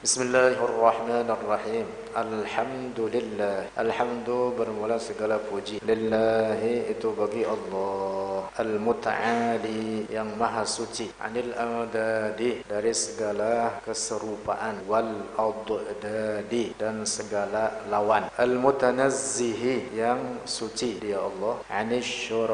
Bismillahirrahmanirrahim. Alhamdulillah. Alhamdu bermula segala puji. Lillahi itu bagi Allah. Al-Muta'ali yang maha suci. Anil adadi dari segala keserupaan. Wal adadi dan segala lawan. Al-Mutanazzihi yang suci dia Allah. Anis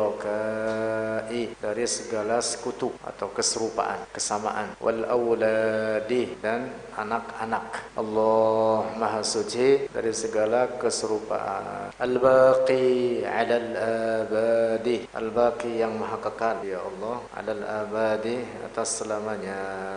syurakai dari segala sekutu atau keserupaan, kesamaan. Wal awladi dan anak-anak. Allah maha suci dari segala keserupaan. Al-Baqi 'alal abadi. Al-Baqi yang maha kekal ya Allah 'alal abadi atas selamanya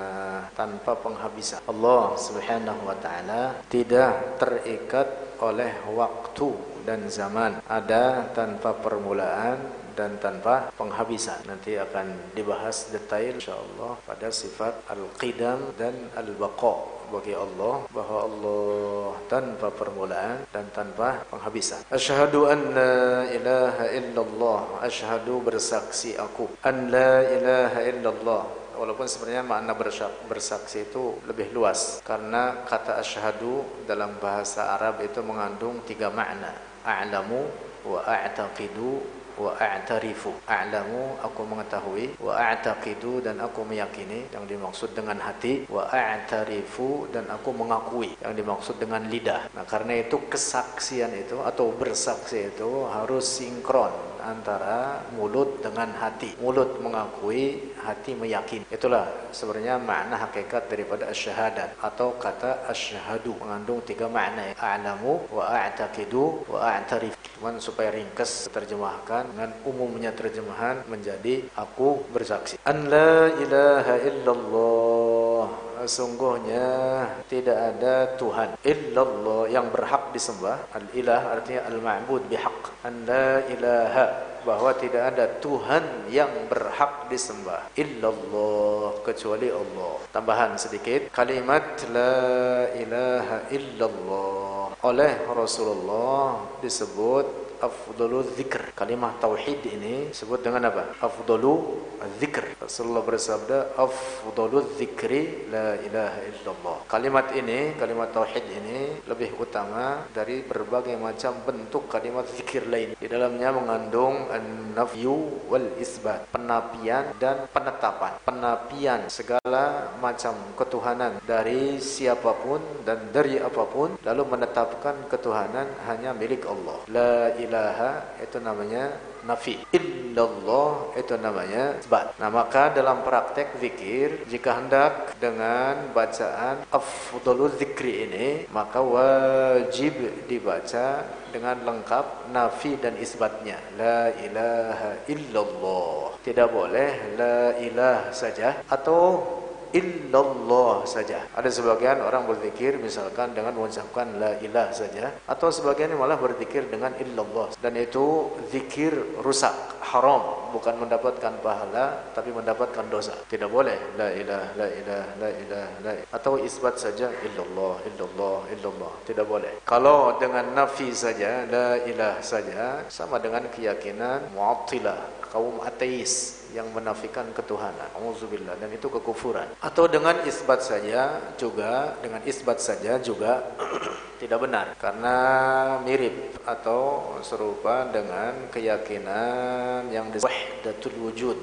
tanpa penghabisan. Allah Subhanahu wa taala tidak terikat oleh waktu dan zaman, ada tanpa permulaan dan tanpa penghabisan. Nanti akan dibahas detail insyaallah pada sifat al-qidam dan al-baqa bagi Allah, bahwa Allah tanpa permulaan dan tanpa penghabisan. Asyhadu an la ilaha illallah. Asyhadu bersaksi aku an la ilaha illallah. Walaupun sebenarnya makna bersaksi itu lebih luas, karena kata asyhadu dalam bahasa Arab itu mengandung 3 makna. A'lamu wa a'taqidu wa a'tarifu. A'lamu aku mengetahui, wa a'taqidu dan aku meyakini, yang dimaksud dengan hati, wa a'tarifu dan aku mengakui, yang dimaksud dengan lidah. Nah, karena itu kesaksian itu atau bersaksi itu harus sinkron antara mulut dengan hati. Mulut mengakui, hati meyakini. Itulah sebenarnya makna hakikat daripada asyhadat atau kata asyhadu, mengandung 3 makna. A'lamu wa a'taqidu wa a'tarif. Cuman supaya ringkas terjemahkan dengan umumnya terjemahan menjadi aku bersaksi. An la ilaha illallah. Sungguhnya tidak ada Tuhan illallah yang berhak disembah. Al-ilah artinya al-ma'bud bihaq. An la ilaha, bahwa tidak ada Tuhan yang berhak disembah illallah, kecuali Allah. Tambahan sedikit, kalimat la ilaha illallah oleh Rasulullah disebut afdalul dzikr. Kalimat tauhid ini disebut dengan apa? Afdalul dzikr. Rasulullah bersabda afdalul dzikri la ilaha illallah. Kalimat ini, kalimat tauhid ini lebih utama dari berbagai macam bentuk kalimat zikir lain. Di dalamnya mengandung an-nafyu wal isbat, penafian dan penetapan. Penafian segala macam ketuhanan dari siapapun dan dari apapun, lalu menetapkan ketuhanan hanya milik Allah. La ilaha itu namanya nafi, illallah itu namanya isbat. Nah, maka dalam praktek zikir, jika hendak dengan bacaan afdalul zikri ini, maka wajib dibaca dengan lengkap nafi dan isbatnya. La ilaha illallah. Tidak boleh la ilah saja atau illallah saja. Ada sebagian orang berzikir misalkan dengan mengucapkan la ilah saja, atau sebagian malah berzikir dengan illallah, dan itu zikir rusak, haram, bukan mendapatkan pahala tapi mendapatkan dosa. Tidak boleh la ilah la ilah la ilah la ilah. Atau isbat saja illallah illallah illallah, tidak boleh. Kalau dengan nafi saja, la ilah saja, sama dengan keyakinan Mu'attilah, kaum ateis yang menafikan ketuhanan. Auzubillah, dan itu kekufuran. Atau dengan isbat saja juga, dengan isbat saja juga tidak benar, karena mirip atau serupa dengan keyakinan yang wahdatul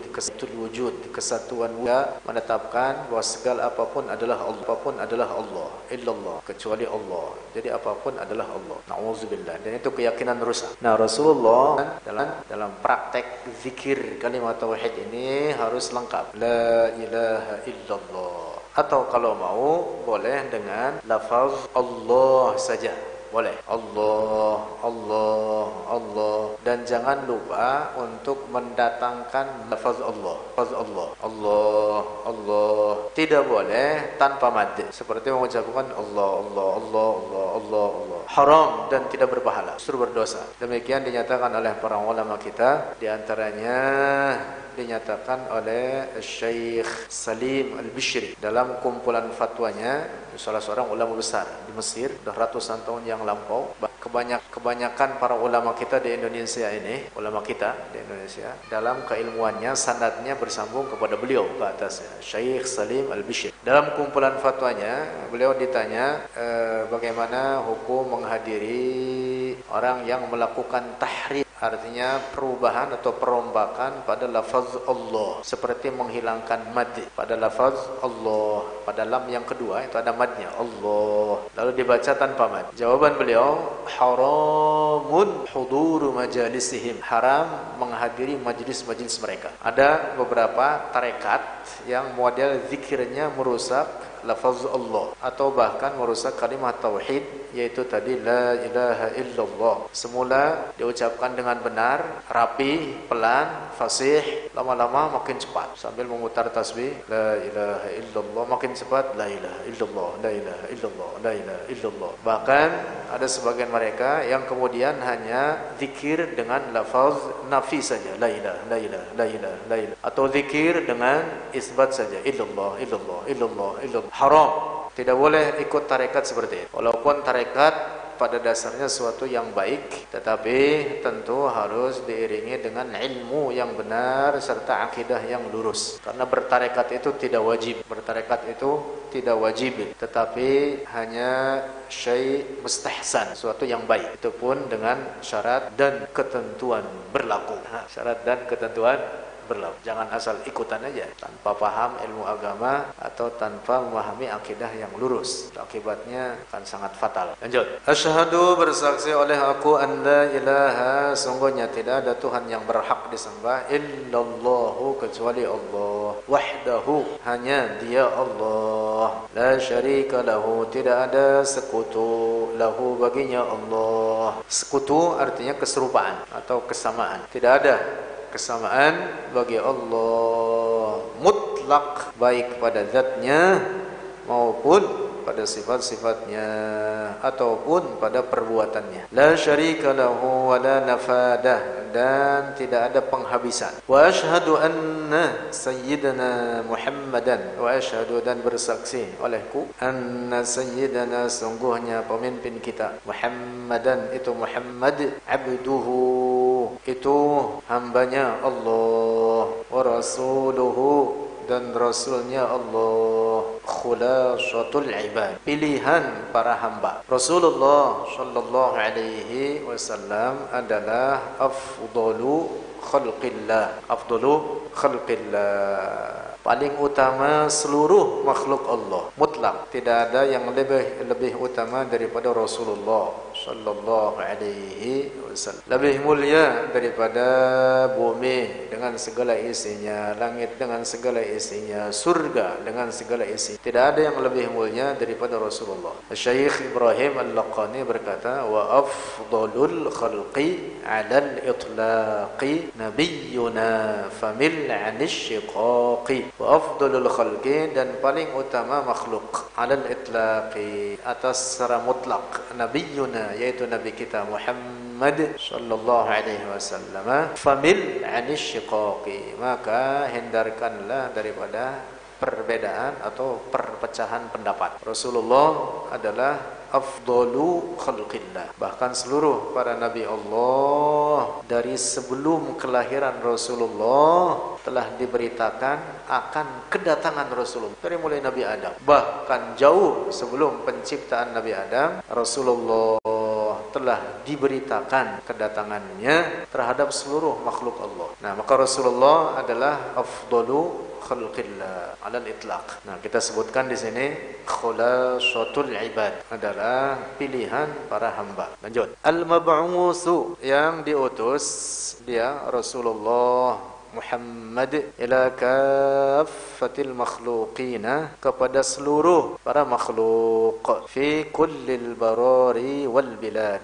wujud, kesatuan wujud, menetapkan bahwa segala apapun adalah Allah, apapun adalah Allah, illallah, kecuali Allah. Jadi apapun adalah Allah. Nauzubillah, dan itu keyakinan rusak. Nah, Rasulullah dalam praktek zikir kalimat tauhid ini harus lengkap. La ilaha illallah. Atau kalau mau boleh dengan lafaz Allah saja. Boleh. Allah, Allah, Allah. Dan jangan lupa untuk mendatangkan lafaz Allah. Lafaz Allah. Allah, Allah. Tidak boleh tanpa mad. Seperti mengucapkan Allah, Allah, Allah, Allah, Allah, Allah. Haram dan tidak berpahala, justru berdosa. Demikian dinyatakan oleh para ulama kita, di antaranya dinyatakan oleh Syekh Salim Al-Bishri dalam kumpulan fatwanya salah seorang ulama besar di Mesir, sudah ratusan tahun yang lampau. Kebanyakan para ulama kita di Indonesia ini, ulama kita di Indonesia, dalam keilmuannya sanadnya bersambung kepada beliau ke atasnya, Syekh Salim Al-Bishri. Dalam kumpulan fatwanya, beliau ditanya bagaimana hukum menghadiri orang yang melakukan tahrif, artinya perubahan atau perombakan pada lafaz Allah, seperti menghilangkan mad pada lafaz Allah, pada lam yang kedua itu ada madnya Allah, lalu dibaca tanpa mad. Jawaban beliau, haramun huduru majalisihim, haram menghadiri majlis-majlis mereka. Ada beberapa tarekat yang model zikirnya merusak lafaz Allah atau bahkan merusak kalimat tauhid, yaitu tadi la ilaha illallah. Semula diucapkan dengan benar, rapi, pelan, fasih, lama-lama makin cepat sambil memutar tasbih la ilaha illallah, makin cepat la ilaha illallah, la ilaha illallah, la ilaha illallah. Bahkan ada sebagian mereka yang kemudian hanya zikir dengan lafaz nafi saja, la ilaha, la ilaha, la ilaha, la ilaha, atau zikir dengan isbat saja, illallah, illallah, illallah, illallah. Haram. Tidak boleh ikut tarekat seperti itu. Walaupun tarekat pada dasarnya suatu yang baik, tetapi tentu harus diiringi dengan ilmu yang benar serta akidah yang lurus. Karena bertarekat itu tidak wajib. Bertarekat itu tidak wajib, tetapi hanya syai' mustahsan, suatu yang baik. Itu pun dengan syarat dan ketentuan berlaku. Syarat dan ketentuan berlaku. Jangan asal ikutan aja tanpa paham ilmu agama atau tanpa memahami akidah yang lurus. Akibatnya akan sangat fatal. Lanjut. Asyhadu, bersaksi oleh aku an la ilaha, sungguhnya tidak ada Tuhan yang berhak disembah illallahu, kecuali Allah, wahdahu, hanya Dia Allah, la syarika lahu, tidak ada sekutu, lahu, baginya Allah. Sekutu artinya keserupaan atau kesamaan. Tidak ada kesamaan bagi Allah mutlak, baik pada zatnya maupun pada sifat-sifatnya ataupun pada perbuatannya. La syarika lahu wa la nafadah, dan tidak ada penghabisan. Wa asyhadu anna sayyidana Muhammadan, wa asyhadu, dan bersaksi olehku, anna sayyidana, sungguhnya pemimpin kita, Muhammadan, itu Muhammad, abduhu, itu hambanya Allah, wa rasuluhu, dan rasulnya Allah, khulasatul ibad, pilihan para hamba. Rasulullah sallallahu alaihi wasallam adalah afdalu khalqillah, afdalu khalqillah, paling utama seluruh makhluk Allah, mutlak. Tidak ada yang lebih utama daripada Rasulullah sallallahu alaihi wasallam. Lebih mulia daripada bumi dengan segala isinya, langit dengan segala isinya, surga dengan segala isinya. Tidak ada yang lebih mulia daripada Rasulullah. Syekh Ibrahim Al-Laqani berkata, wa afdalul khalqi 'alal itlaqi nabiyyuna famil 'anish shiqaqi. Wa afdalul khalqi, dan paling utama makhluk, 'alal itlaqi, atas secara mutlak, nabiyyuna, yaitu nabi kita Muhammad sallallahu alaihi wasallam, famil 'anish shiqaqi, maka hindarkanlah daripada perbedaan atau perpecahan pendapat. Rasulullah adalah afdalu khalqillah, bahkan seluruh para nabi Allah dari sebelum kelahiran Rasulullah telah diberitakan akan kedatangan Rasulullah, dari mulai Nabi Adam, bahkan jauh sebelum penciptaan Nabi Adam, Rasulullah telah diberitakan kedatangannya terhadap seluruh makhluk Allah. Nah, maka Rasulullah adalah afdalu khalqillah 'alal itlaq. Nah, kita sebutkan di sini khulasatul ibad, adalah pilihan para hamba. Lanjut. Al-mab'usu, yang diutus dia Rasulullah Muhammad ila kaffatil makhluqina, kepada seluruh para makhluk, fi kullil barari wal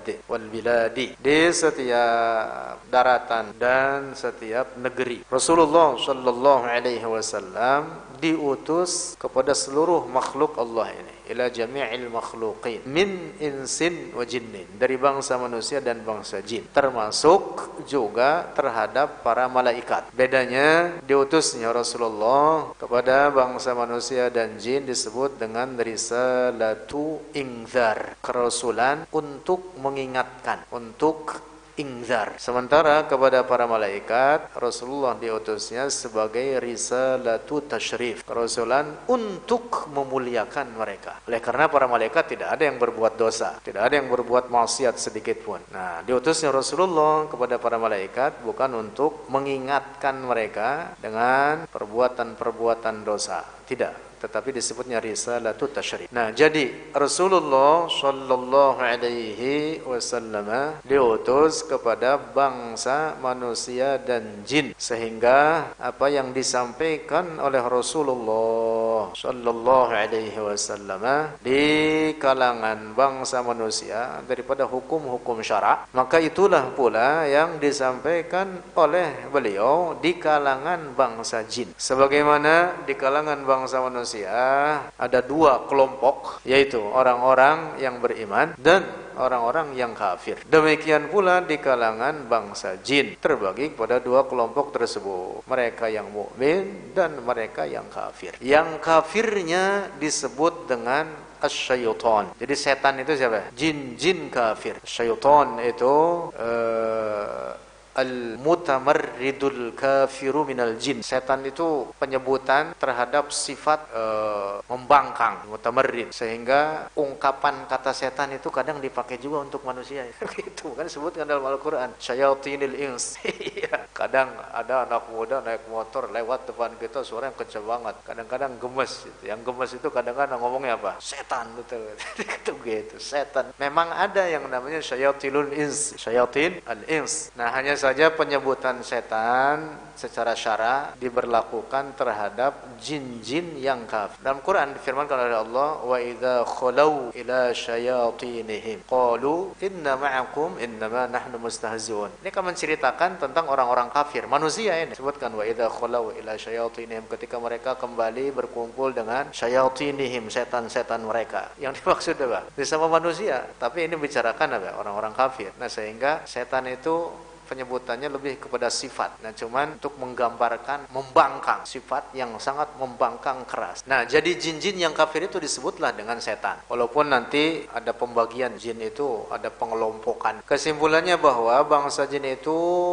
biladi, di setiap daratan dan setiap negeri. Rasulullah sallallahu alaihi wasallam diutus kepada seluruh makhluk Allah ini, ila jami'il makhluqin min insin wa jinnin, dari bangsa manusia dan bangsa jin, termasuk juga terhadap para malaikat. Bedanya diutusnya Rasulullah kepada bangsa manusia dan jin disebut dengan risalatu ingzar, kerasulan untuk mengingatkan, untuk ingzar. Sementara kepada para malaikat Rasulullah diutusnya sebagai risalatu tasyrif, kerasulan untuk memuliakan mereka. Oleh karena para malaikat tidak ada yang berbuat dosa, tidak ada yang berbuat maksiat sedikit pun. Nah, diutusnya Rasulullah kepada para malaikat bukan untuk mengingatkan mereka dengan perbuatan-perbuatan dosa, tidak, tetapi disebutnya risalatu tasyrif. Nah, jadi Rasulullah sallallahu alaihi wasallam diutus kepada bangsa manusia dan jin, sehingga apa yang disampaikan oleh Rasulullah sallallahu alaihi wasallam di kalangan bangsa manusia daripada hukum-hukum syara, maka itulah pula yang disampaikan oleh beliau di kalangan bangsa jin. Sebagaimana di kalangan bangsa manusia ada dua kelompok, yaitu orang-orang yang beriman dan orang-orang yang kafir. Demikian pula di kalangan bangsa jin terbagi kepada dua kelompok tersebut, mereka yang mukmin dan mereka yang kafir. Yang kafirnya disebut dengan asyaitan. Jadi setan itu siapa? Jin-jin kafir. Syaitan itu al-mutamarridul kafiru minal jin. Setan itu penyebutan terhadap sifat membangkang, mutamarrid, sehingga ungkapan kata setan itu kadang dipakai juga untuk manusia. Gitu kan disebutkan dalam Al-Qur'an, syayatinil ins. Kadang ada anak muda naik motor lewat depan kita, suara yang kencang banget, kadang-kadang gemes gitu. Yang gemes itu kadang-kadang ngomongnya apa? Setan, betul. Gitu, setan. Memang ada yang namanya syayatinul ins, syayatin al-ins. Nah, hanya saja penyebutan setan secara syara diberlakukan terhadap jin-jin yang kafir. Dalam Quran difirmankan oleh Allah, wa idza khalau ila syayatinihim qalu inna ma'akum innama nahnu mustahzi'un. Ini akan menceritakan tentang orang-orang kafir, manusia ini. Sebutkan wa idza khalau ila syayatinihim, ketika mereka kembali berkumpul dengan syayatinihim, setan-setan mereka. Yang dimaksud apa? Sama manusia, tapi ini bicarakan apa? Orang-orang kafir. Nah, sehingga setan itu penyebutannya lebih kepada sifat. Nah, cuman untuk menggambarkan membangkang, sifat yang sangat membangkang keras. Nah, jadi jin-jin yang kafir itu disebutlah dengan setan. Walaupun nanti ada pembagian jin itu, ada pengelompokan. Kesimpulannya bahwa bangsa jin itu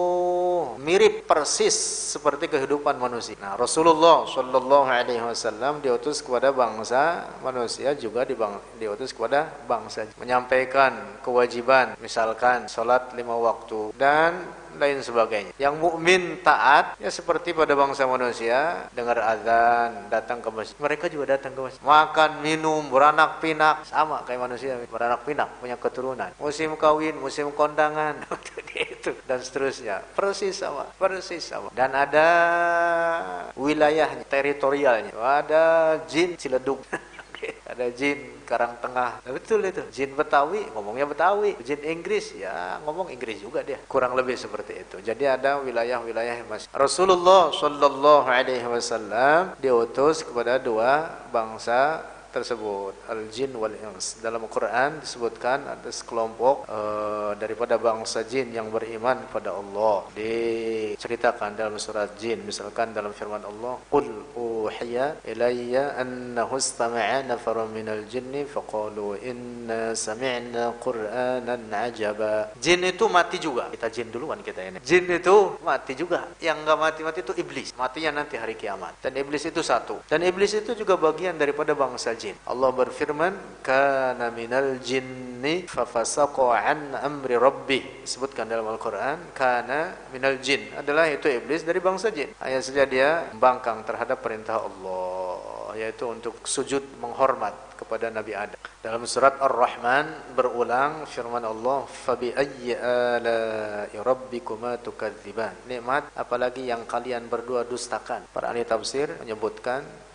mirip persis seperti kehidupan manusia. Nah, Rasulullah sallallahu alaihi wasallam diutus kepada bangsa manusia juga diutus kepada bangsa jin, menyampaikan kewajiban, misalkan salat 5 waktu dan lain sebagainya. Yang mukmin taat ya seperti pada bangsa manusia, dengar azan, datang ke masjid. Mereka juga datang ke masjid. Makan, minum, beranak pinak, sama kayak manusia, beranak pinak, punya keturunan. Musim kawin, musim kondangan, itu dan seterusnya. Persis sama. Dan ada wilayahnya, teritorialnya. Ada jin Ciledug. Ada jin Karangtengah. Nah, betul itu. Jin Betawi ngomongnya Betawi. Jin Inggris ya ngomong Inggris juga dia. Kurang lebih seperti itu. Jadi ada wilayah-wilayah masing. Rasulullah sallallahu alaihi wasallam diutus kepada dua bangsa tersebut, al-jin wal ins. Dalam Al-Quran disebutkan ada sekelompok daripada bangsa jin yang beriman kepada Allah. Diceritakan dalam surat jin, misalkan dalam firman Allah, qul uhiya ilayya annahu istama'a nafarun minal jinni faqalu inna sami'na qur'anan ajaba. Jin itu mati juga. Kita jin duluan kita ini. Jin itu mati juga. Yang enggak mati-mati itu iblis. Matinya nanti hari kiamat. Dan iblis itu satu. Dan iblis itu juga bagian daripada bangsa jin. Allah berfirman, kana minal jinni fafasaqa an amri rabbih. Sebutkan dalam Al-Quran, kana minal jin, adalah itu iblis dari bangsa jin. Hanya saja dia membangkang terhadap perintah Allah, yaitu untuk sujud menghormat kepada Nabi Adam. Dalam surat Ar-Rahman berulang firman Allah, fabi ayyi ala'i rabbikuma tukadziban. Nikmat apalagi yang kalian berdua dustakan. Para ahli tafsir menyebutkan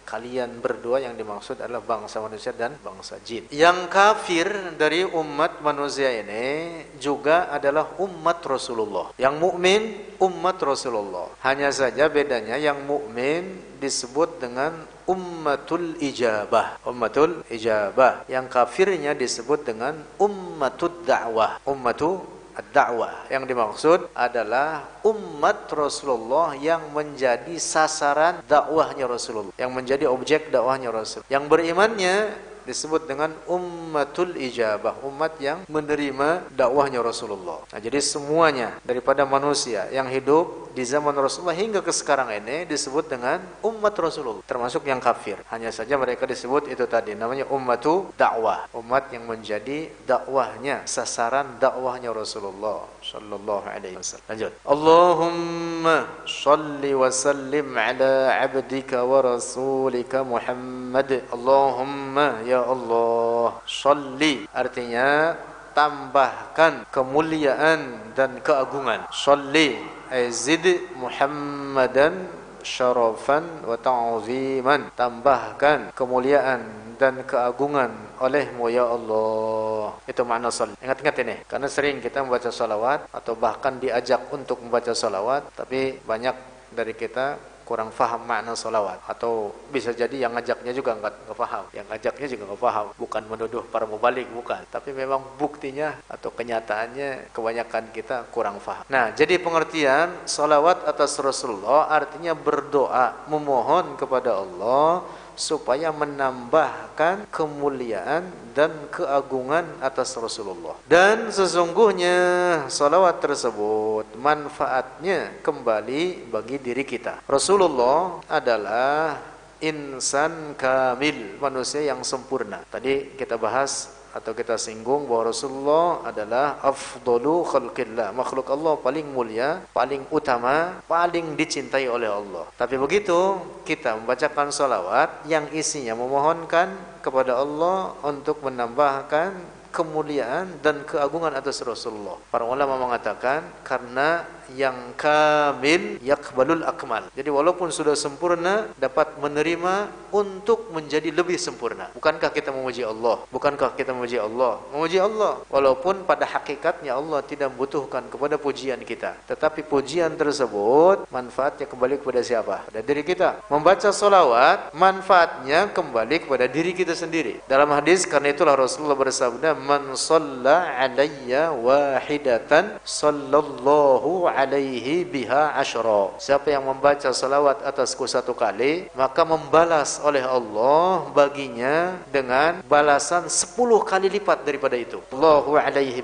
Kalian berdua yang dimaksud adalah bangsa manusia dan bangsa jin. Yang kafir dari umat manusia ini juga adalah umat Rasulullah. Yang mukmin umat Rasulullah. Hanya saja bedanya yang mukmin disebut dengan ummatul ijabah. Ummatul ijabah. Yang kafirnya disebut dengan ummatud da'wah. Ummatu ad-da'wah. Yang dimaksud adalah umat Rasulullah yang menjadi sasaran dakwahnya Rasulullah, yang menjadi objek dakwahnya Rasul. Yang berimannya disebut dengan ummatul ijabah, umat yang menerima dakwahnya Rasulullah. Nah, jadi semuanya daripada manusia yang hidup di zaman Rasulullah hingga ke sekarang ini disebut dengan umat Rasulullah, termasuk yang kafir. Hanya saja mereka disebut itu tadi namanya ummatu dakwah, umat yang menjadi dakwahnya, sasaran dakwahnya Rasulullah sallallahu alaihi wasallam. Lanjut. Allahumma shalli wa sallim ala abdika wa rasulika Muhammad. Allahumma ya Allah, shalli artinya tambahkan kemuliaan dan keagungan. Shalli azid Muhammadan syarafan wa ta'ziman, tambahkan kemuliaan dan keagungan olehmu ya Allah. Itu makna salat. Ingat-ingat ini, karena sering kita membaca salawat atau bahkan diajak untuk membaca salawat, tapi banyak dari kita kurang faham makna salawat, atau bisa jadi yang ngajaknya juga nggak paham, yang ngajaknya juga nggak paham. Bukan menuduh para mubalik, bukan, tapi memang buktinya atau kenyataannya kebanyakan kita kurang faham. Nah, jadi pengertian salawat atas Rasulullah artinya berdoa, memohon kepada Allah supaya menambahkan kemuliaan dan keagungan atas Rasulullah. Dan sesungguhnya salawat tersebut manfaatnya kembali bagi diri kita. Rasulullah adalah insan kamil, manusia yang sempurna. Tadi kita bahas atau kita singgung bahwa Rasulullah adalah afdalu khalqillah, makhluk Allah paling mulia, paling utama, paling dicintai oleh Allah. Tapi begitu kita membacakan salawat yang isinya memohonkan kepada Allah untuk menambahkan kemuliaan dan keagungan atas Rasulullah. Para ulama mengatakan karena yang kamil yakbalul akmal. Jadi walaupun sudah sempurna dapat menerima untuk menjadi lebih sempurna. Bukankah kita memuji Allah? Bukankah kita memuji Allah? Memuji Allah walaupun pada hakikatnya Allah tidak membutuhkan kepada pujian kita. Tetapi pujian tersebut manfaatnya kembali kepada siapa? Pada diri kita. Membaca salawat manfaatnya kembali kepada diri kita sendiri. Dalam hadis, karena itulah Rasulullah bersabda, man shalla alayya wahidatan sallallahu alaihi biha asyra. Siapa yang membaca salawat atasku satu kali, maka membalas oleh Allah baginya dengan balasan 10 kali lipat daripada itu. Allahu alaihi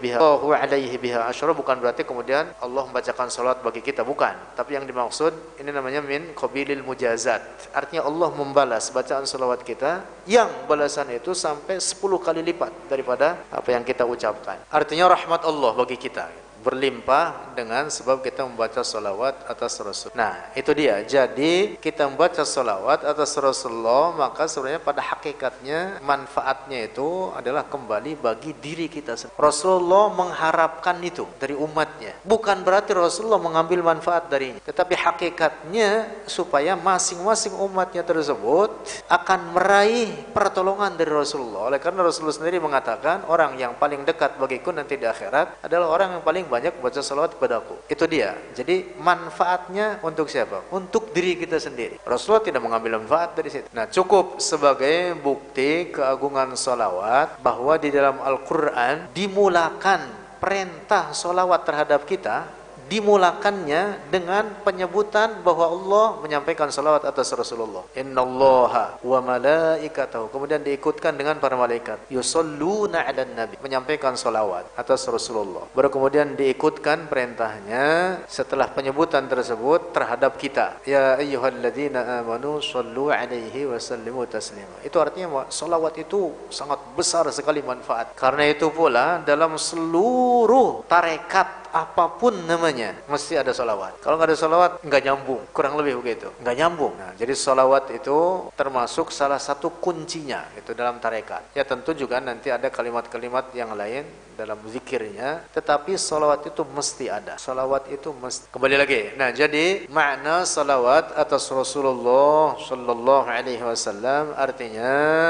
biha asyra bukan berarti kemudian Allah membacakan salawat bagi kita, bukan. Tapi yang dimaksud ini namanya min qabilil mujazat. Artinya Allah membalas bacaan salawat kita yang balasan itu sampai 10 kali lipat daripada apa yang kita ucapkan. Artinya rahmat Allah bagi kita berlimpah dengan sebab kita membaca salawat atas Rasul. Nah, itu dia. Jadi kita membaca salawat atas Rasulullah, maka sebenarnya pada hakikatnya manfaatnya itu adalah kembali bagi diri kita sendiri. Rasulullah mengharapkan itu dari umatnya. Bukan berarti Rasulullah mengambil manfaat darinya, tetapi hakikatnya supaya masing-masing umatnya tersebut akan meraih pertolongan dari Rasulullah. Oleh karena Rasulullah sendiri mengatakan, orang yang paling dekat bagiku nanti di akhirat adalah orang yang paling banyak baca salawat kepadaku. Itu dia. Jadi manfaatnya untuk siapa? Untuk diri kita sendiri. Rasulullah tidak mengambil manfaat dari situ. Nah, cukup sebagai bukti keagungan salawat bahwa di dalam Al-Quran dimulakan perintah salawat terhadap kita, dimulakannya dengan penyebutan bahwa Allah menyampaikan salawat atas Rasulullah. Innallaha wa malaikatahu. Kemudian diikutkan dengan para malaikat. Yusalluna 'alan nabi. Menyampaikan salawat atas Rasulullah. Baru kemudian diikutkan perintahnya setelah penyebutan tersebut terhadap kita. Ya ayyuhalladzina amanu sallu 'alaihi wa sallimu taslima. Itu artinya salawat itu sangat besar sekali manfaat. Karena itu pula dalam seluruh tarekat apapun namanya mesti ada salawat. Kalau nggak ada salawat nggak nyambung, kurang lebih begitu, nggak nyambung. Nah, jadi salawat itu termasuk salah satu kuncinya itu dalam tarekat. Ya tentu juga nanti ada kalimat-kalimat yang lain dalam zikirnya, tetapi salawat itu mesti ada. Salawat itu mesti. Kembali lagi. Nah, jadi makna salawat atas Rasulullah sallallahu alaihi wasallam artinya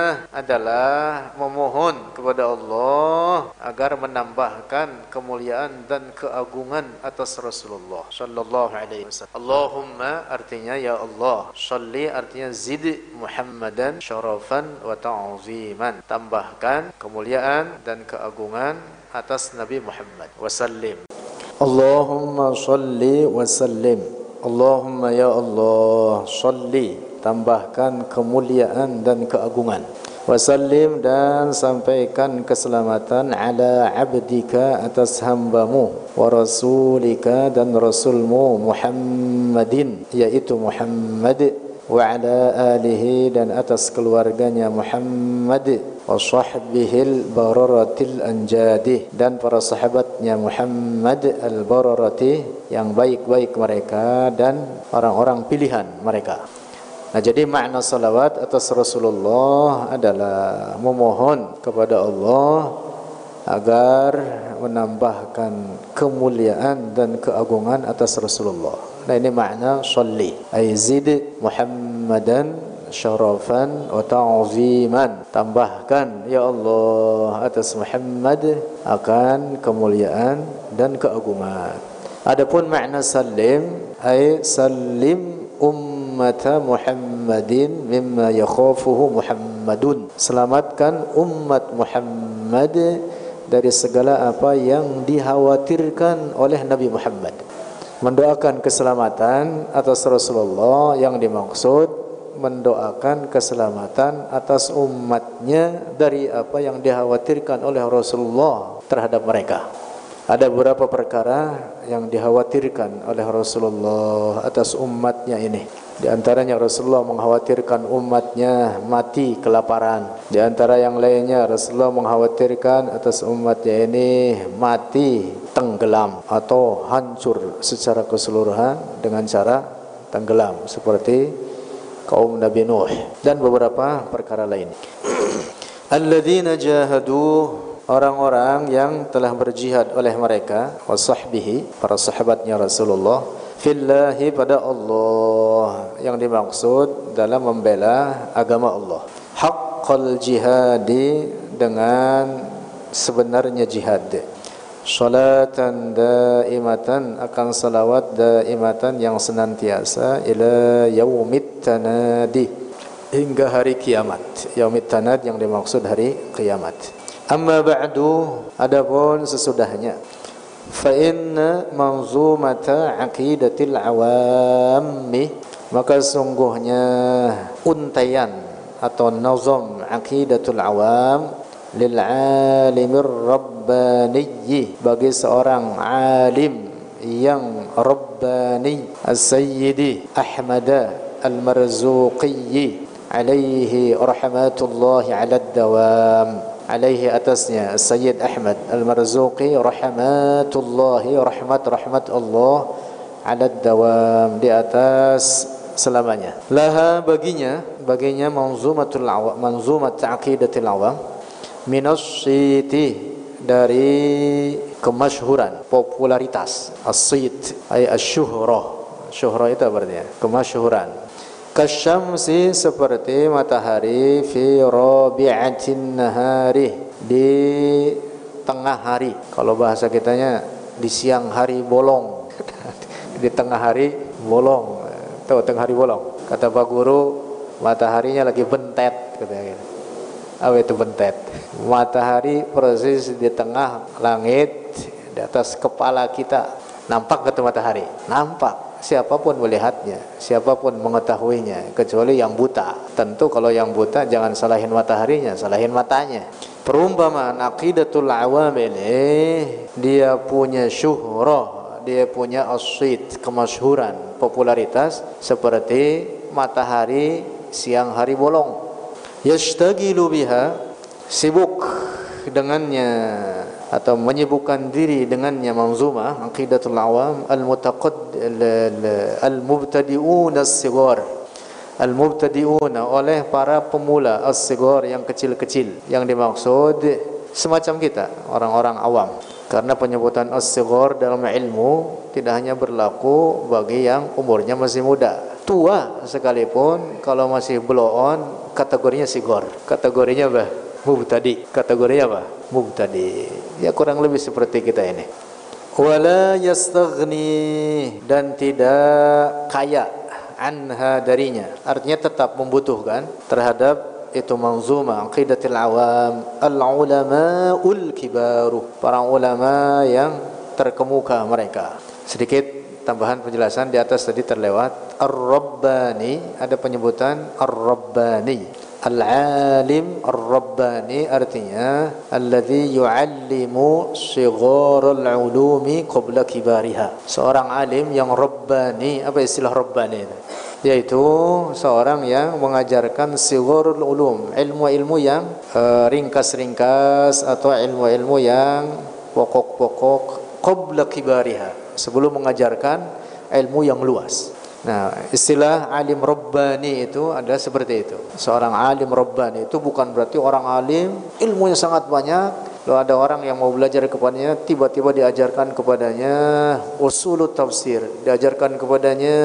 adalah memohon kepada Allah agar menambahkan kemuliaan dan keagungan atas Rasulullah sallallahu alaihi wasallam. Allahumma artinya ya Allah, shalli artinya zid Muhammadan syarafan wa ta'ziman, tambahkan kemuliaan dan keagungan atas Nabi Muhammad wasallim. Allahumma shalli wa sallim. Allahumma ya Allah, shalli, tambahkan kemuliaan dan keagungan, wasallim, dan sampaikan keselamatan ala abdika atas hambamu, wa rasulika, dan rasulmu Muhammadin, yaitu Muhammad, wa ala alihi, dan atas keluarganya Muhammad, wa sahbihil bararatil anjadi, dan para sahabatnya Muhammad al-bararati, yang baik-baik mereka dan orang-orang pilihan mereka. Nah, jadi makna salawat atas Rasulullah adalah memohon kepada Allah agar menambahkan kemuliaan dan keagungan atas Rasulullah. Nah, ini makna sholli, ay zid Muhammadan syarafan wa ta'ziman, tambahkan ya Allah atas Muhammad akan kemuliaan dan keagungan. Adapun makna salim, ay salim ummata Muhammadin mimma yakhafuhu Muhammadun, selamatkan umat Muhammad dari segala apa yang dikhawatirkan oleh Nabi Muhammad. Mendoakan keselamatan atas Rasulullah, yang dimaksud mendoakan keselamatan atas umatnya dari apa yang dikhawatirkan oleh Rasulullah terhadap mereka. Ada beberapa perkara yang dikhawatirkan oleh Rasulullah atas umatnya ini. Di antaranya Rasulullah mengkhawatirkan umatnya mati kelaparan. Di antara yang lainnya Rasulullah mengkhawatirkan atas umatnya ini mati tenggelam atau hancur secara keseluruhan dengan cara tenggelam seperti kaum Nabi Nuh dan beberapa perkara lain. Alladzina jahadu, orang-orang yang telah berjihad oleh mereka, wasahbihi, para sahabatnya Rasulullah, fillahi, pada Allah, yang dimaksud dalam membela agama Allah. Haqqal jihadi, dengan sebenarnya jihad. Salatan daimatan, akan salawat daimatan yang senantiasa, ila yaumit tanadi, hingga hari kiamat. Yaumit tanad yang dimaksud hari kiamat. Amma ba'du, adapun sesudahnya, fa inna manzumata aqidatil awammi, maka sungguhnya untaian atau nazam aqidatul awam lil alimir rabbaniyyi, bagi seorang alim yang rabbani, as-sayyidi Ahmad al-Marzuqi, alaihi rahmatullahi ala dawam, alaihi, atasnya Sayyid Ahmad Al-Marzuqi, rahmatullahi, rahmat Allah, ala dawam, di atas selamanya. Laha, baginya manzumatul awam, manzumat aqidatul awam, minasyiti, dari kemasyhuran, popularitas. As-sit ay asyuhrah, syuhrah itu artinya kemasyhuran. Kasyamsi, seperti matahari, fi rabi'atin nahari, di tengah hari. Kalau bahasa kitanya di siang hari bolong. Di tengah hari bolong. Tahu tengah hari bolong? Kata Pak Guru, mataharinya lagi bentet, katanya. Apa itu bentet? Matahari persis di tengah langit, di atas kepala kita. Nampak kata matahari? Nampak. Siapapun melihatnya, siapapun mengetahuinya, kecuali yang buta. Tentu kalau yang buta jangan salahin mataharinya, salahin matanya. Perumpamaan aqidatul awam ini, dia punya syuhrah, dia punya asyid, kemasyhuran, popularitas, seperti matahari siang hari bolong. Yashtagilu biha, sibuk dengannya atau menyibukkan diri dengannya manzumah Aqidatul Awam al-mubtadi'un as-sighar, al-mubtadi'un oleh para pemula as-sighar yang kecil-kecil. Yang dimaksud semacam kita, orang-orang awam. Karena penyebutan as-sighar dalam ilmu tidak hanya berlaku bagi yang umurnya masih muda. Tua sekalipun kalau masih blow on kategorinya sighar. Kategorinya apa? Mubtadi. Kategorinya apa? Mubtadi. Ya kurang lebih seperti kita ini. Wala yastaghni, dan tidak kaya anha darinya. Artinya tetap membutuhkan terhadap itu manzumah Aqidatul Awam al-ulama'ul kibaru, para ulama yang terkemuka mereka. Sedikit tambahan penjelasan di atas tadi terlewat. Ar-Rabbani, ada penyebutan Ar-Rabbani. Al-alim ar-rabbani artinya alladhi yu'allimu sigharul ulumi qabla kibariha. Seorang alim yang rabbani. Apa istilah rabbani itu? Yaitu seorang yang mengajarkan sigharul ulum, ilmu-ilmu yang ringkas-ringkas atau ilmu-ilmu yang pokok-pokok qabla kibariha, sebelum mengajarkan ilmu yang luas. Nah, istilah alim rabbani itu ada seperti itu. Seorang alim rabbani itu bukan berarti orang alim ilmunya sangat banyak, lalu ada orang yang mau belajar kepadanya tiba-tiba diajarkan kepadanya usulut tafsir, diajarkan kepadanya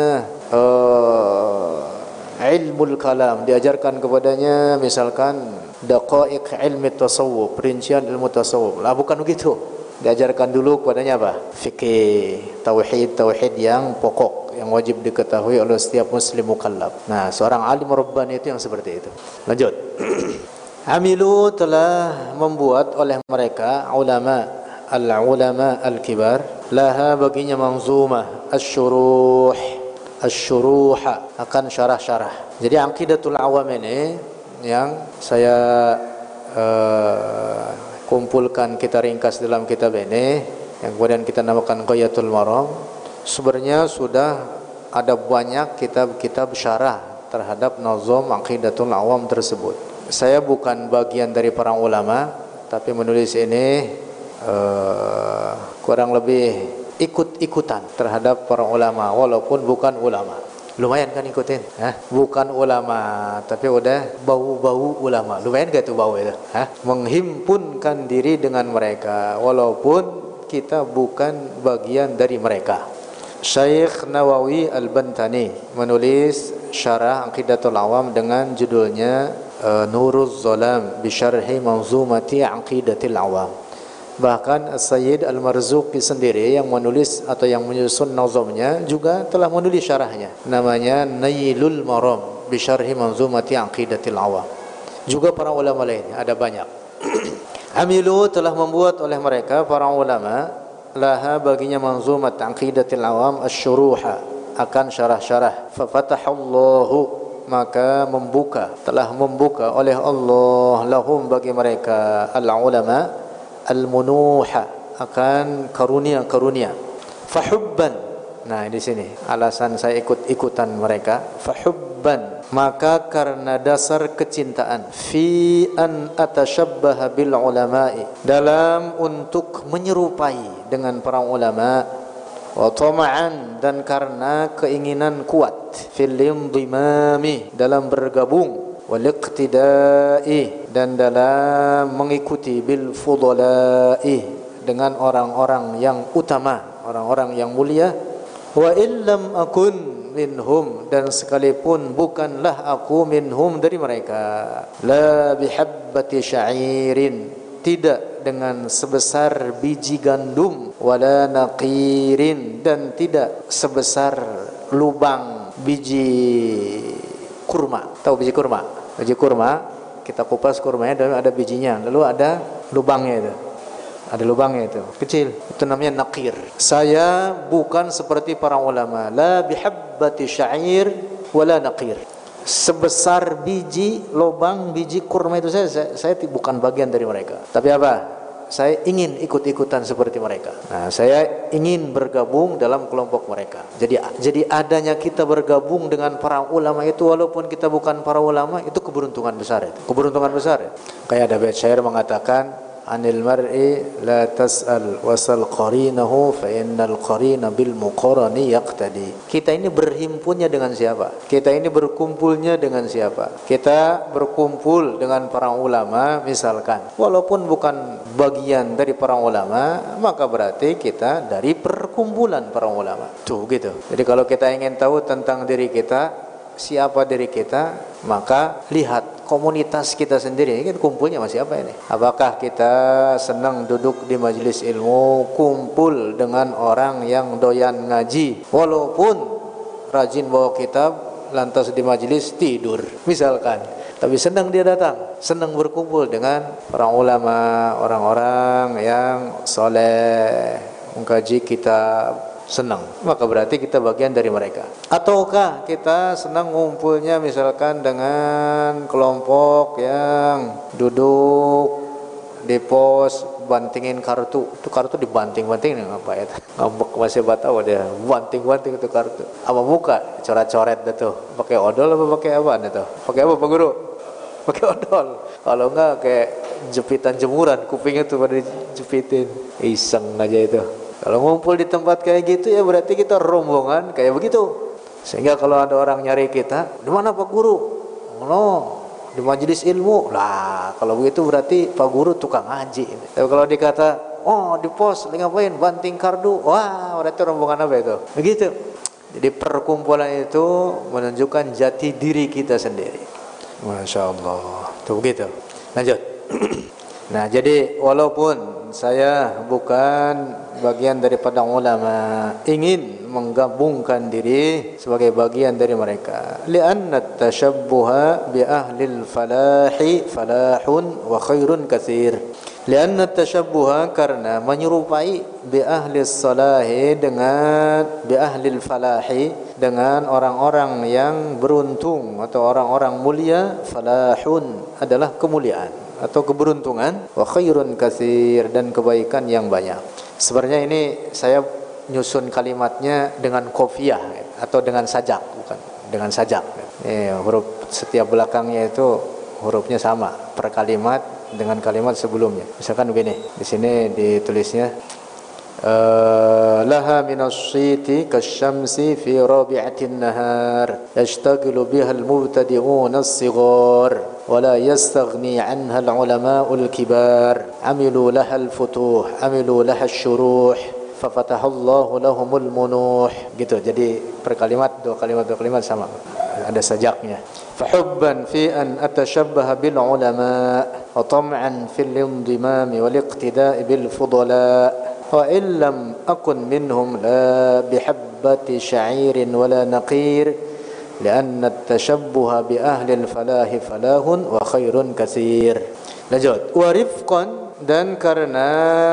ilmul kalam, diajarkan kepadanya misalkan daqaiq ilmi tasawuf, perincian ilmu tasawuf. Lah bukan begitu. Diajarkan dulu kepadanya apa? Fikih, tauhid yang pokok, yang wajib diketahui oleh setiap muslim mukallaf. Nah, seorang alim rabbani itu yang seperti itu. Lanjut. Amilu, telah membuat oleh mereka ulama al-kibar, laha baginya manzumah asy-syuruha, akan syarah-syarah. Jadi Aqidatul Awam ini yang saya kumpulkan, kita ringkas dalam kitab ini yang kemudian kita namakan Ghayatul Maram. Sebenarnya sudah ada banyak kitab-kitab syarah terhadap nazam Aqidatul Awam tersebut. Saya bukan bagian dari para ulama, tapi menulis ini kurang lebih ikut-ikutan terhadap para ulama walaupun bukan ulama. Lumayan kan ikutin? Bukan ulama, tapi udah bau-bau ulama. Lumayan gak tuh bau itu? Menghimpunkan diri dengan mereka walaupun kita bukan bagian dari mereka. Syekh Nawawi Al-Bantani menulis syarah Aqidatul Awam dengan judulnya Nuruz Zalam bi Syarhi Manzumati Aqidatil Awam. Bahkan Sayyid Al-Marzuqi sendiri yang menulis atau yang menyusun nazamnya juga telah menulis syarahnya. Namanya Nailul Maram bi Syarhi Manzumati Aqidatil Awam. Juga para ulama lain ada banyak. Amilu, telah membuat oleh mereka para ulama, laha baginya manzumat Aqidatil Awam asy-syuruha, akan syarah-syarah. Fa fatahallahu, maka telah membuka oleh Allah lahum bagi mereka al-ulama al-munuha, akan karunia-karunia. Fahubban, nah di sini alasan saya ikut-ikutan mereka. Fahubban, maka karena dasar kecintaan. Fi an atashabbaha bil ulama'i, dalam untuk menyerupai dengan para ulama. Wa tama'an, dan karena keinginan kuat. Fil indimami, dalam bergabung. Wal iqtida'i, dan dalam mengikuti bil fudala'i, dengan orang-orang yang utama, orang-orang yang mulia. Wa illam akun minhum, dan sekalipun bukanlah aku minhum dari mereka. La bihabbati sya'irin, tidak dengan sebesar biji gandum. Wala naqirin, dan tidak sebesar lubang biji kurma. Tahu biji kurma? Biji kurma, kita kupas kurmanya, dan ada bijinya, lalu ada lubangnya itu. Ada lubangnya itu, kecil. Itu namanya naqir. Saya bukan seperti para ulama. La bihabbati sya'ir wala naqir. Sebesar biji lubang biji kurma itu saya bukan bagian dari mereka. Tapi apa? Saya ingin ikut-ikutan seperti mereka. Nah, saya ingin bergabung dalam kelompok mereka. Jadi adanya kita bergabung dengan para ulama itu, walaupun kita bukan para ulama, itu keberuntungan besar itu. Keberuntungan besar. Kayak ada bait syair mengatakan, anil mar'i la tas'al wasal qarinahu fa innal qarina bil muqarani yaqtadi. Kita ini berhimpunnya dengan siapa? Kita ini berkumpulnya dengan siapa? Kita berkumpul dengan para ulama misalkan, walaupun bukan bagian dari para ulama, maka berarti kita dari perkumpulan para ulama. Tuh gitu. Jadi kalau kita ingin tahu tentang diri kita, siapa diri kita, maka lihat komunitas kita sendiri. Ini kumpulnya sama siapa ini? Apakah kita senang duduk di majelis ilmu, kumpul dengan orang yang doyan ngaji, walaupun rajin bawa kitab, lantas di majelis tidur misalkan, tapi senang dia datang, senang berkumpul dengan para ulama, orang-orang yang soleh, mengkaji kitab, senang, maka berarti kita bagian dari mereka. Ataukah kita senang ngumpulnya misalkan dengan kelompok yang duduk di pos bantingin kartu. Itu kartu dibanting-bantingin apa ya? Ngambek masih batawa dia, banting-banting itu kartu. Apa muka coret-coret dah tuh. Pakai odol apa pakai apa dah tuh? Pakai apa Pak Guru? Pakai odol. Kalau enggak kayak jepitan jemuran, kupingnya tuh pada jepitin. Iseng aja itu. Kalau ngumpul di tempat kayak gitu ya berarti kita rombongan kayak begitu. Sehingga kalau ada orang nyari kita, di mana Pak Guru? No, di majelis ilmu. Lah, kalau begitu berarti Pak Guru tukang ngaji. Tapi kalau dikata, oh di pos lagi ngapain? Banting kardu. Wah, berarti rombongan apa itu? Begitu. Jadi perkumpulan itu menunjukkan jati diri kita sendiri. Masya Allah. Tuh begitu. Lanjut. Nah, jadi walaupun saya bukan bagian daripada ulama, ingin menggabungkan diri sebagai bagian dari mereka. Li'anna at-tashabbuha bi ahli al-falahi falahun wa khairun katsir. Li'anna at-tashabbuha, karena menyerupai bi ahli as-salahi, dengan bi ahli al-falahi, dengan orang-orang yang beruntung atau orang-orang mulia. Falahun adalah kemuliaan atau keberuntungan, wa khairun katsir, dan kebaikan yang banyak. Sebenarnya ini saya nyusun kalimatnya dengan qafiyah atau dengan sajak, bukan dengan sajak. Huruf setiap belakangnya itu hurufnya sama per kalimat dengan kalimat sebelumnya. Misalkan begini, di sini ditulisnya laha minasyiti kasyamsi fi rabi'atin nahar yashtagilu biha al-mubtadi'una as-sighar wa la yastaghni 'anha al-'ulama'u al-kibar 'amilu laha al-futuh 'amilu laha asy-syuruh fafatahallahu lahumul munuh. Gitu. Jadi per kalimat dua kalimat sama, ada sajaknya. Fahubban fi an atashabbaha bil ulama wa tam'an fil indimam wal iqtida'i bil fudala wa illam akun minhum la bihabbati sya'irin wala naqir lianna at-tashabbuha bi ahli al-falahi falahun wa khairun katsir. Lanjut. Wa rifqan, dan karena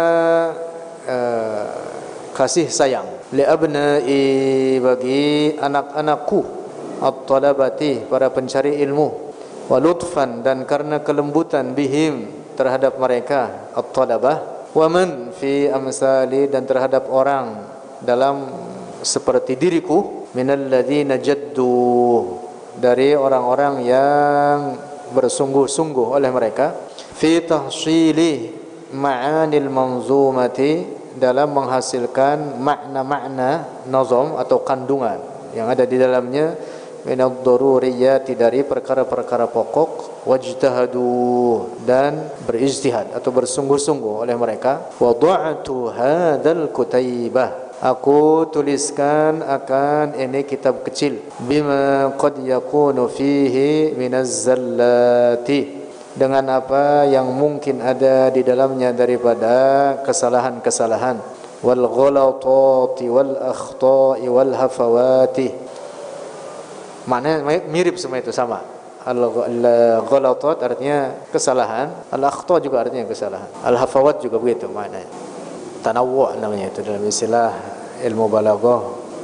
kasih sayang, li abna'i, bagi anak-anakku, at-talabati, para pencari ilmu, wa lutfan, dan karena kelembutan, bihim, terhadap mereka, at-talabah, wa man fi amsali, dan terhadap orang dalam seperti diriku, minalladzina jaddu, dari orang-orang yang bersungguh-sungguh oleh mereka, fi tahsili ma'anil manzumati, dalam menghasilkan makna-makna nazam atau kandungan yang ada di dalamnya, minad daruriyati, dari perkara-perkara pokok, wajtahadu, dan berijtihad atau bersungguh-sungguh oleh mereka. Wada'tu hadzal kutaibah, aku tuliskan akan ini kitab kecil, bima qad yakunu fihi minaz zallati, dengan apa yang mungkin ada di dalamnya daripada kesalahan-kesalahan, wal ghalatati wal akhta'i wal hafawati. Maknanya mirip semua itu, sama. Al-ghalatat artinya kesalahan, al-akhta juga artinya kesalahan, al-hafawat juga begitu maknanya. Tanawwu' namanya itu dalam istilah ilmu balaghah,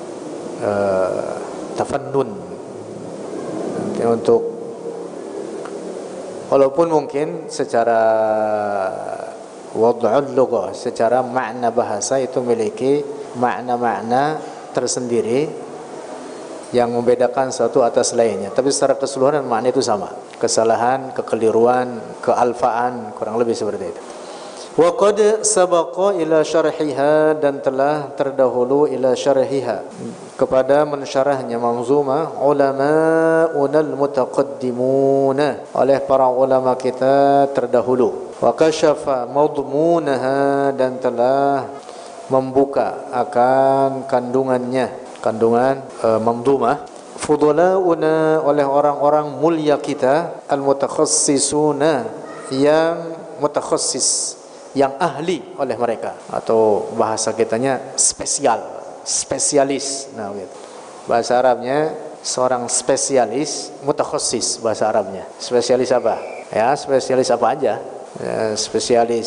tafannun. Untuk walaupun mungkin secara wad'ul lughah, secara makna bahasa itu memiliki makna-makna tersendiri yang membedakan satu atas lainnya, tapi secara keseluruhan makna itu sama. Kesalahan, kekeliruan, kealfaan, kurang lebih seperti itu. Wa qad sabaqa ila syarhiha, dan telah terdahulu ila syarhiha, kepada mensyarahnya manzumah, ulama'unal mutaqaddimuna, oleh para ulama kita terdahulu. Wa kasyafa madmunaha, dan telah membuka akan kandungannya, kandungan manzumah. Fudalauna, oleh orang-orang mulia kita, al-mutakhassisuna, yang mutakhassis, yang ahli oleh mereka, atau bahasa kitanya spesial, spesialis. Nah, gitu. Bahasa Arabnya seorang spesialis, mutakhassis bahasa Arabnya. Spesialis apa? Ya, spesialis apa aja. Ya, spesialis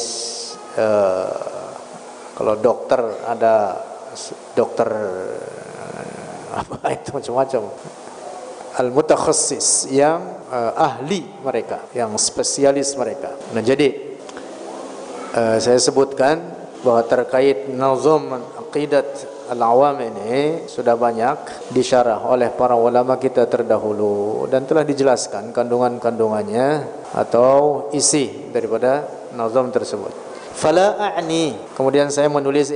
kalau dokter ada dokter apa itu macam-macam. Al-mutakhassis, yang ahli mereka, yang spesialis mereka. Nah, jadi saya sebutkan bahwa terkait nazam aqidat al-awam ini sudah banyak disyarah oleh para ulama kita terdahulu, dan telah dijelaskan kandungan-kandungannya atau isi daripada nazam tersebut. Fala a'ni, kemudian saya menulis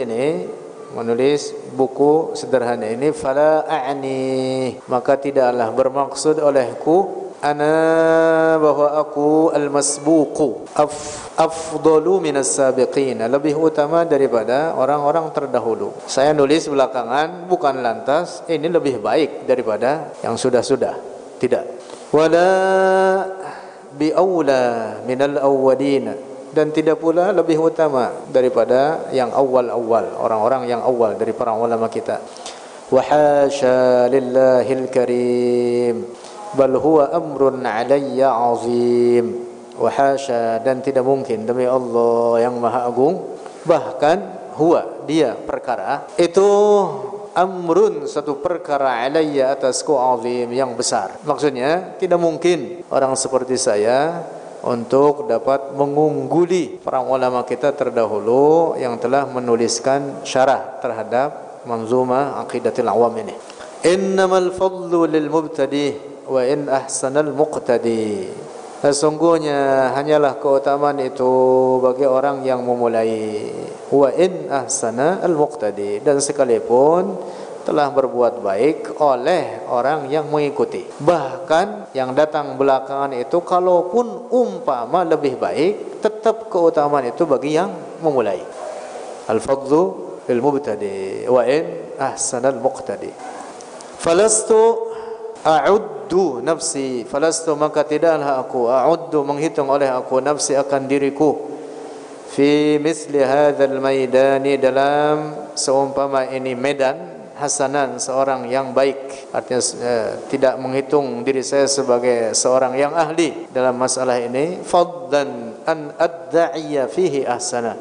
buku sederhana ini, fala a'ni, maka tidaklah bermaksud olehku, ana, bahwa aku al-masbuqu afdalu minas sabiqin, lebih utama daripada orang-orang terdahulu. Saya nulis belakangan bukan lantas ini lebih baik daripada yang sudah-sudah, tidak. Wala bi aula minal awwalin, dan tidak pula lebih utama daripada yang awal-awal, orang-orang yang awal dari para ulama kita. Wa hasya lillahil karim, bal huwa amrun alayya azim. Wa hasya, dan tidak mungkin demi Allah yang maha agung, bahkan huwa, dia perkara itu, amrun, satu perkara, alayya, atasku, azim, yang besar. Maksudnya tidak mungkin orang seperti saya untuk dapat mengungguli para ulama kita terdahulu yang telah menuliskan syarah terhadap manzumah aqidatul awam ini. Innamal fadlu lil mubtadi wa in ahsanal muqtadi, sesungguhnya hanyalah keutamaan itu bagi orang yang memulai, wa in ahsana al muqtadi, dan sekalipun telah berbuat baik oleh orang yang mengikuti. Bahkan yang datang belakangan itu kalaupun umpama lebih baik, tetap keutamaan itu bagi yang memulai. Al-fadlu lil mubtadi wa in ahsanal muqtadi. Falastu a'uddu nafsi, falastu, maka tidaklah aku, a'uddu, menghitung oleh aku, nafsi, akan diriku, fi misli hadzal maidani, dalam seumpama ini medan, hasanan, seorang yang baik. Artinya tidak menghitung diri saya sebagai seorang yang ahli dalam masalah ini. Fadlan an adda'iya fihi ahsana,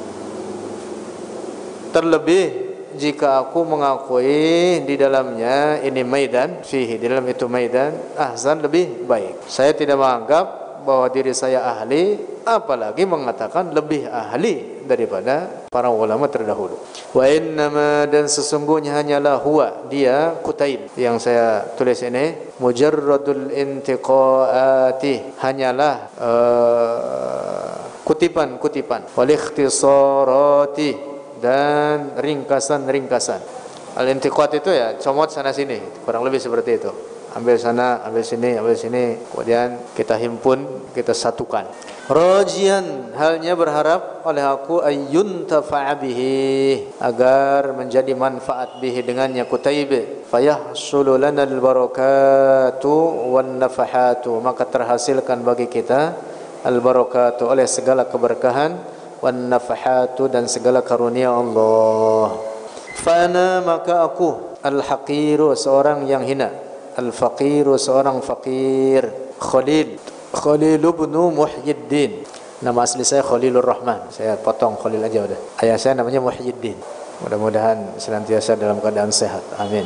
terlebih jika aku mengakui di dalamnya ini maidan, fihi, di dalam itu maidan, ahsan, lebih baik. Saya tidak menganggap bahwa diri saya ahli, apalagi mengatakan lebih ahli daripada para ulama terdahulu. Wa innama, dan sesungguhnya hanyalah huwa, dia, Kutaib yang saya tulis ini, mujarradul intiqaati, hanyalah kutipan-kutipan, wal ikhtisarati, dan ringkasan-ringkasan. Al-intiqat itu ya comot sana sini, kurang lebih seperti itu. Ambil sana, ambil sini, kemudian kita himpun, kita satukan. Rajian, halnya berharap oleh aku, ayyun tafa'a bihi, agar menjadi manfaat bihi, dengannya, Kutaib. Fayahsulu lana al-barakatu wan nafahatu, maka terhasilkan bagi kita al-barakatu, oleh segala keberkahan, wan nafahatu, dan segala karunia Allah. Fana, maka aku, al-haqiru, seorang yang hina, al-faqiru, seorang fakir, Khalil ibn Muhyiddin, nama asli saya Khalilur Rahman, saya potong Khalil aja udah. Ayah saya namanya Muhyiddin, mudah-mudahan senantiasa dalam keadaan sehat, amin.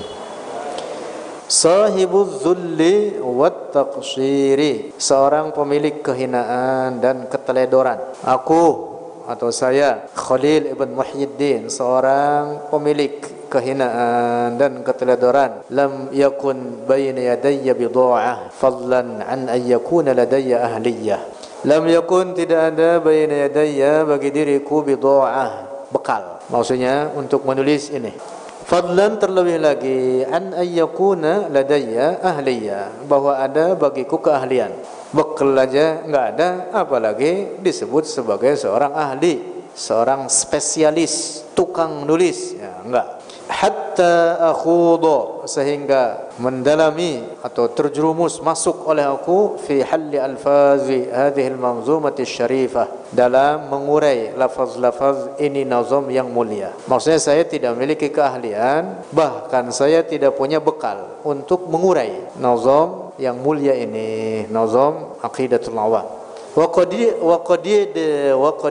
Sahibuz zulli wat taqsiri, seorang pemilik kehinaan dan keteledoran. Aku atau saya, Khalil ibn Muhyiddin, seorang pemilik kehinaan dan keteledoran. Lam yakun bayna yadayya bida'ah fadlan an an yakuna ladayya ahliyah, Lam yakun, tidak ada baina yadayya, bagi diriku, bidha'ah, bekal. Maksudnya untuk menulis ini. Fadlan, terlebih lagi, an ayyakuna ladayya ahliya, bahwa ada bagiku keahlian. Bekal aja enggak ada, apalagi disebut sebagai seorang ahli, seorang spesialis, tukang nulis, ya enggak. Hatta akhudha, sehingga mendalami atau terjerumus masuk oleh aku fi halli alfazi hadhihi almanzumati syarifah, dalam mengurai lafaz-lafaz ini nazam yang mulia. Maksudnya saya tidak memiliki keahlian, bahkan saya tidak punya bekal untuk mengurai nazam yang mulia ini, nazam Aqidatul Awam. Wa qad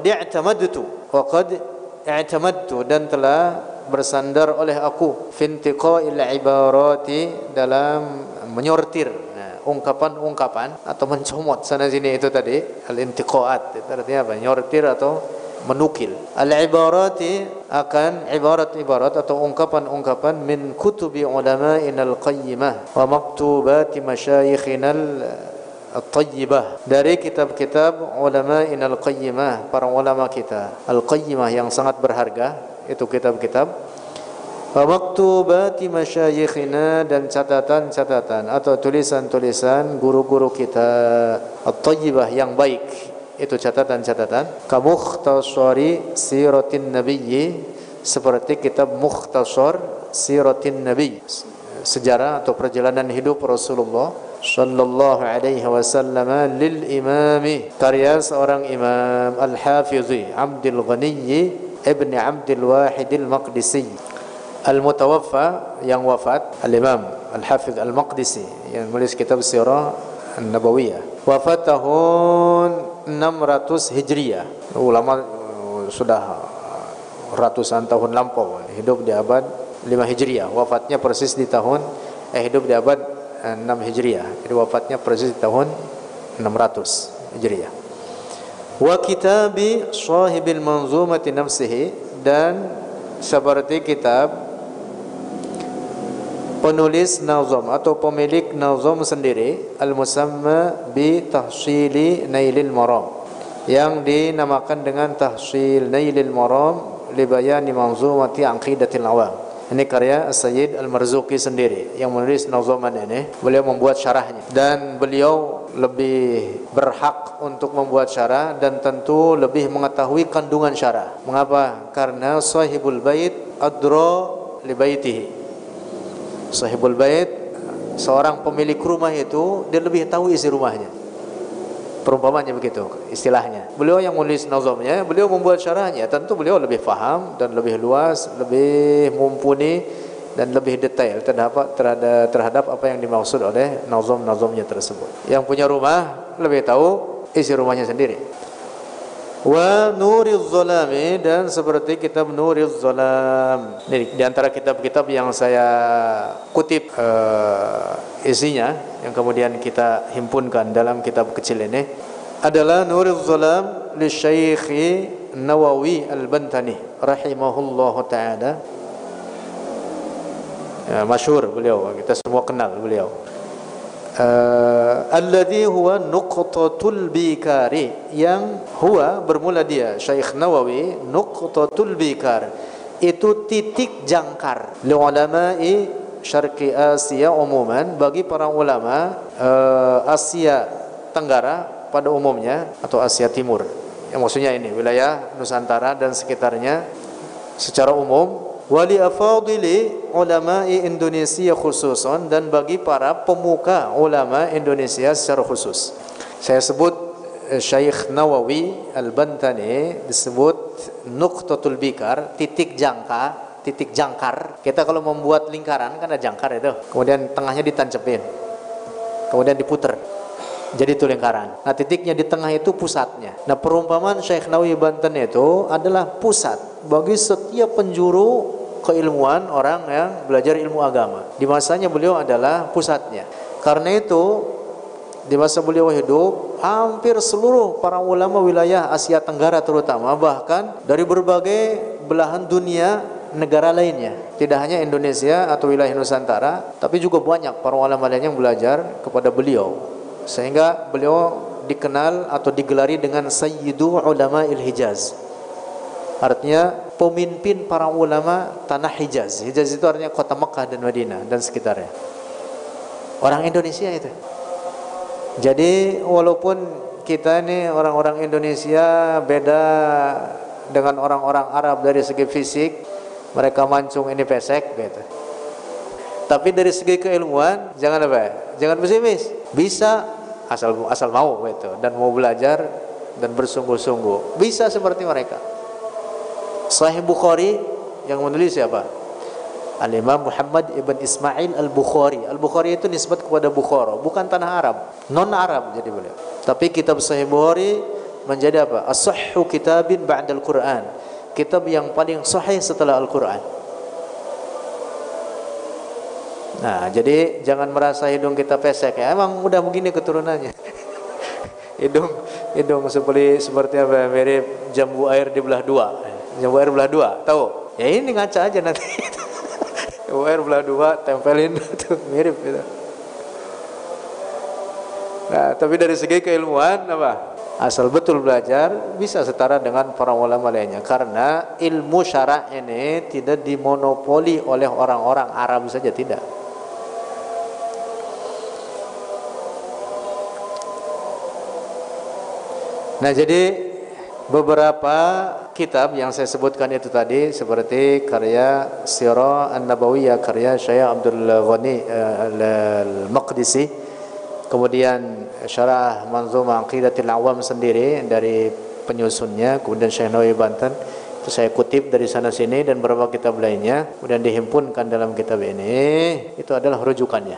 i'tamadtu, dan telah bersandar oleh aku, fintiqa'il ibarati, dalam menyortir ungkapan-ungkapan atau mencomot sana sini, itu tadi al-intiqa'at, itu artinya apa? Nyortir atau menukil. Al-ibarati, akan ibarat-ibarat atau ungkapan-ungkapan, min kutubi ulama'inal qayyimah wa maktubati masyayikhina at-tayyibah, dari kitab-kitab ulama'inal qayyimah, para ulama kita al-qayyimah yang sangat berharga, itu kitab-kitab. Wa maktubati masyayikhina, dan catatan-catatan atau tulisan-tulisan guru-guru kita at-tayyibah yang baik, itu catatan-catatan. Ka mukhtasari siratin nabiyyi, seperti kitab mukhtasar siratin nabi, sejarah atau perjalanan hidup Rasulullah sallallahu alaihi wasallam, lil imami, karya seorang imam al-hafizi Abdul Ghani Ibn Abdul Wahid al-Maqdisi al-mutawaffa, yang wafat, al-Imam al-Hafiz al-Maqdisi yang menulis kitab Sirah an-Nabawiyah. Wafat tahun 600 Hijriah. Ulama sudah ratusan tahun lampau, hidup di abad 5 Hijriah. Wafatnya persis di tahun hidup di abad 6 Hijriah. Jadi wafatnya persis di tahun 600 Hijriah. Wa kitabi sahibil manzumati nafsihi, dan seperti kitab penulis nazam atau pemilik nazam sendiri, al-musamma bi tahsili nailil maram, yang dinamakan dengan tahsil nailil maram li bayani manzumati aqidatil awam. Ini karya Sayyid Al-Marzuqi sendiri yang menulis nazaman ini. Beliau membuat syarahnya, dan beliau lebih berhak untuk membuat syarah dan tentu lebih mengetahui kandungan syarah. Mengapa? Karena sahibul bait adra li baitihi. Sahibul bait, seorang pemilik rumah itu, dia lebih tahu isi rumahnya. Perumpamannya begitu istilahnya. Beliau yang menulis nazamnya, beliau membuat syarahnya, tentu beliau lebih faham dan lebih luas, lebih mumpuni dan lebih detail terhadap apa yang dimaksud oleh nazam-nazamnya tersebut. Yang punya rumah lebih tahu isi rumahnya sendiri. Wa Nuriz Zalami, dan seperti kitab Nuriz Zalam. Ini di antara kitab-kitab yang saya kutip isinya, yang kemudian kita himpunkan dalam kitab kecil ini, adalah Nuriz Zalam li Syekh Nawawi Al-Bantani rahimahullahu taala. Ya, masyhur beliau, kita semua kenal beliau. Alladhi huwa nuqtatul bikari, yang huwa bermula dia Syekh Nawawi, nuqtatul bikar, itu titik jangkar, li ulama'i syarqi Asia umuman, bagi para ulama Asia Tenggara pada umumnya, atau Asia Timur, yang maksudnya ini wilayah Nusantara dan sekitarnya secara umum. Wali afadili ulama'i Indonesia khususan, dan bagi para pemuka ulama Indonesia secara khusus. Saya sebut Syekh Nawawi Al-Bantani disebut nuqtatul bikar, titik jangkar. Kita kalau membuat lingkaran kan ada jangkar itu, kemudian tengahnya ditancepin, kemudian diputer, jadi itu lingkaran. Nah, titiknya di tengah itu pusatnya. Nah, perumpamaan Syekh Nawawi Banten itu adalah pusat bagi setiap penjuru keilmuan orang yang belajar ilmu agama. Di masanya beliau adalah pusatnya. Karena itu di masa beliau hidup, hampir seluruh para ulama wilayah Asia Tenggara terutama, bahkan dari berbagai belahan dunia negara lainnya, tidak hanya Indonesia atau wilayah Nusantara, tapi juga banyak para ulama lain yang belajar kepada beliau, sehingga beliau dikenal atau digelari dengan Sayyidu Ulama'il Hijaz. Artinya pemimpin para ulama tanah Hijaz. Hijaz itu artinya kota Mekah dan Madinah dan sekitarnya. Orang Indonesia itu. Jadi walaupun kita ini orang-orang Indonesia beda dengan orang-orang Arab dari segi fisik, mereka mancung ini pesek gitu. Tapi dari segi keilmuan jangan apa? Jangan pesimis. Bisa asal mau gitu dan mau belajar dan bersungguh-sungguh. Bisa seperti mereka. Sahih Bukhari yang menulis siapa? Al-Imam Muhammad ibn Ismail Al-Bukhari. Al-Bukhari itu nisbat kepada Bukhara, bukan tanah Arab, non-Arab jadi beliau. Tapi kitab Sahih Bukhari menjadi apa? As-sahhu kitabin ba'dal Qur'an. Kitab yang paling sahih setelah Al-Qur'an. Nah, jadi jangan merasa hidung kita pesek ya. Emang udah begini keturunannya. hidung seperti apa? Mirip jambu air dibelah dua. Jambu air belah dua, tahu? Ya ini ngaca aja nanti. Jambu air belah dua, tempelin tuh mirip gitu. Nah, tapi dari segi keilmuan apa? Asal betul belajar bisa setara dengan para ulama lainnya, karena ilmu syara' ini tidak dimonopoli oleh orang-orang Arab saja, tidak. Nah, jadi beberapa kitab yang saya sebutkan itu tadi seperti karya Sirah An-Nabawiyah karya Syekh Abdul Ghani Al-Maqdisi, kemudian Syarah Manzumah Aqidatil Awam sendiri dari penyusunnya, kemudian Syekh Nawawi Banten, itu saya kutip dari sana sini, dan beberapa kitab lainnya kemudian dihimpunkan dalam kitab ini. Itu adalah rujukannya.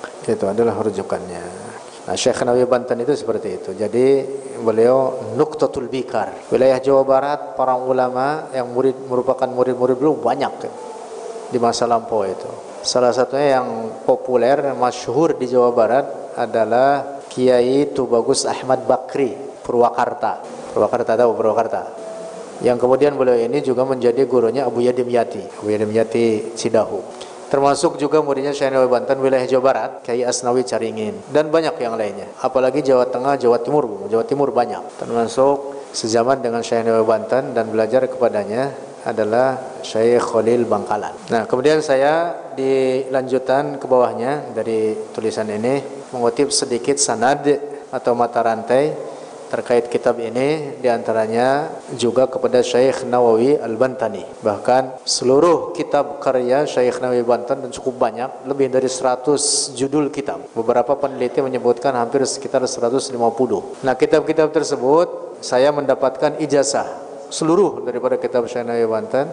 Nah, Syekh Nawawi Banten itu seperti itu. Jadi beliau Nuqtatul Bikar. Wilayah Jawa Barat, para ulama yang merupakan murid-murid beliau banyak di masa lampau itu. Salah satunya yang populer, masyhur di Jawa Barat adalah Kiai Tubagus Ahmad Bakri, Purwakarta. Tahu Purwakarta? Yang kemudian beliau ini juga menjadi gurunya Abu Yadim Yati Cidahu. Termasuk juga muridnya Syekh Nawawi Banten wilayah Jawa Barat, Kiai Asnawi Caringin, dan banyak yang lainnya. Apalagi Jawa Tengah, Jawa Timur banyak. Termasuk sezaman dengan Syekh Nawawi Banten dan belajar kepadanya adalah Syekh Khalil Bangkalan. Nah, kemudian saya dilanjutan ke bawahnya dari tulisan ini mengutip sedikit sanad atau mata rantai terkait kitab ini, diantaranya juga kepada Syekh Nawawi Al-Bantani. Bahkan seluruh kitab karya Syekh Nawawi Banten dan cukup banyak, lebih dari 100 judul kitab. Beberapa peneliti menyebutkan hampir sekitar 150. Nah, kitab-kitab tersebut saya mendapatkan ijazah seluruh daripada kitab Syekh Nawawi Banten.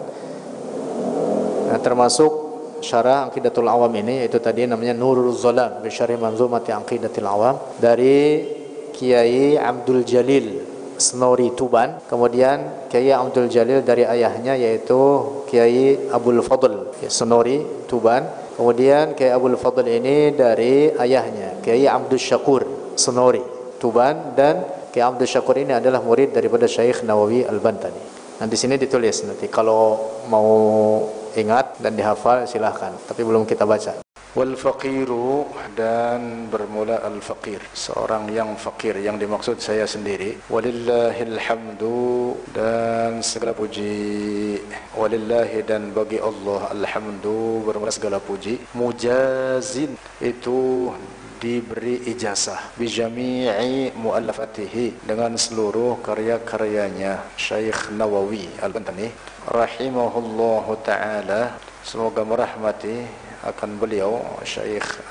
Nah, termasuk Syarah Aqidatul Awam ini, yaitu tadi namanya Nurul Zalam bi Syarih Manzumati Aqidatil Awam dari Kiai Abdul Jalil Senori Tuban. Kemudian Kiai Abdul Jalil dari ayahnya yaitu Kiai Abdul Fadl Senori Tuban. Kemudian Kiai Abdul Fadl ini dari ayahnya Kiai Abdul Syakur Senori Tuban, dan Kiai Abdul Syakur ini adalah murid daripada Syekh Nawawi Al-Bantani. Nah, di sini ditulis, nanti kalau mau ingat dan dihafal silahkan, tapi belum kita baca. Wal faqiru, dan bermula al-faqir, seorang yang fakir, yang dimaksud saya sendiri. Walillahil hamdu, dan segala puji. Walillahi, dan bagi Allah, alhamdu, bermula segala puji. Mujazin, itu diberi ijazah bi jami'i muallafatihi, dengan seluruh karya-karyanya Syekh Nawawi Al-Bantani rahimahullahu ta'ala, semoga merahmati akan beliau Syekh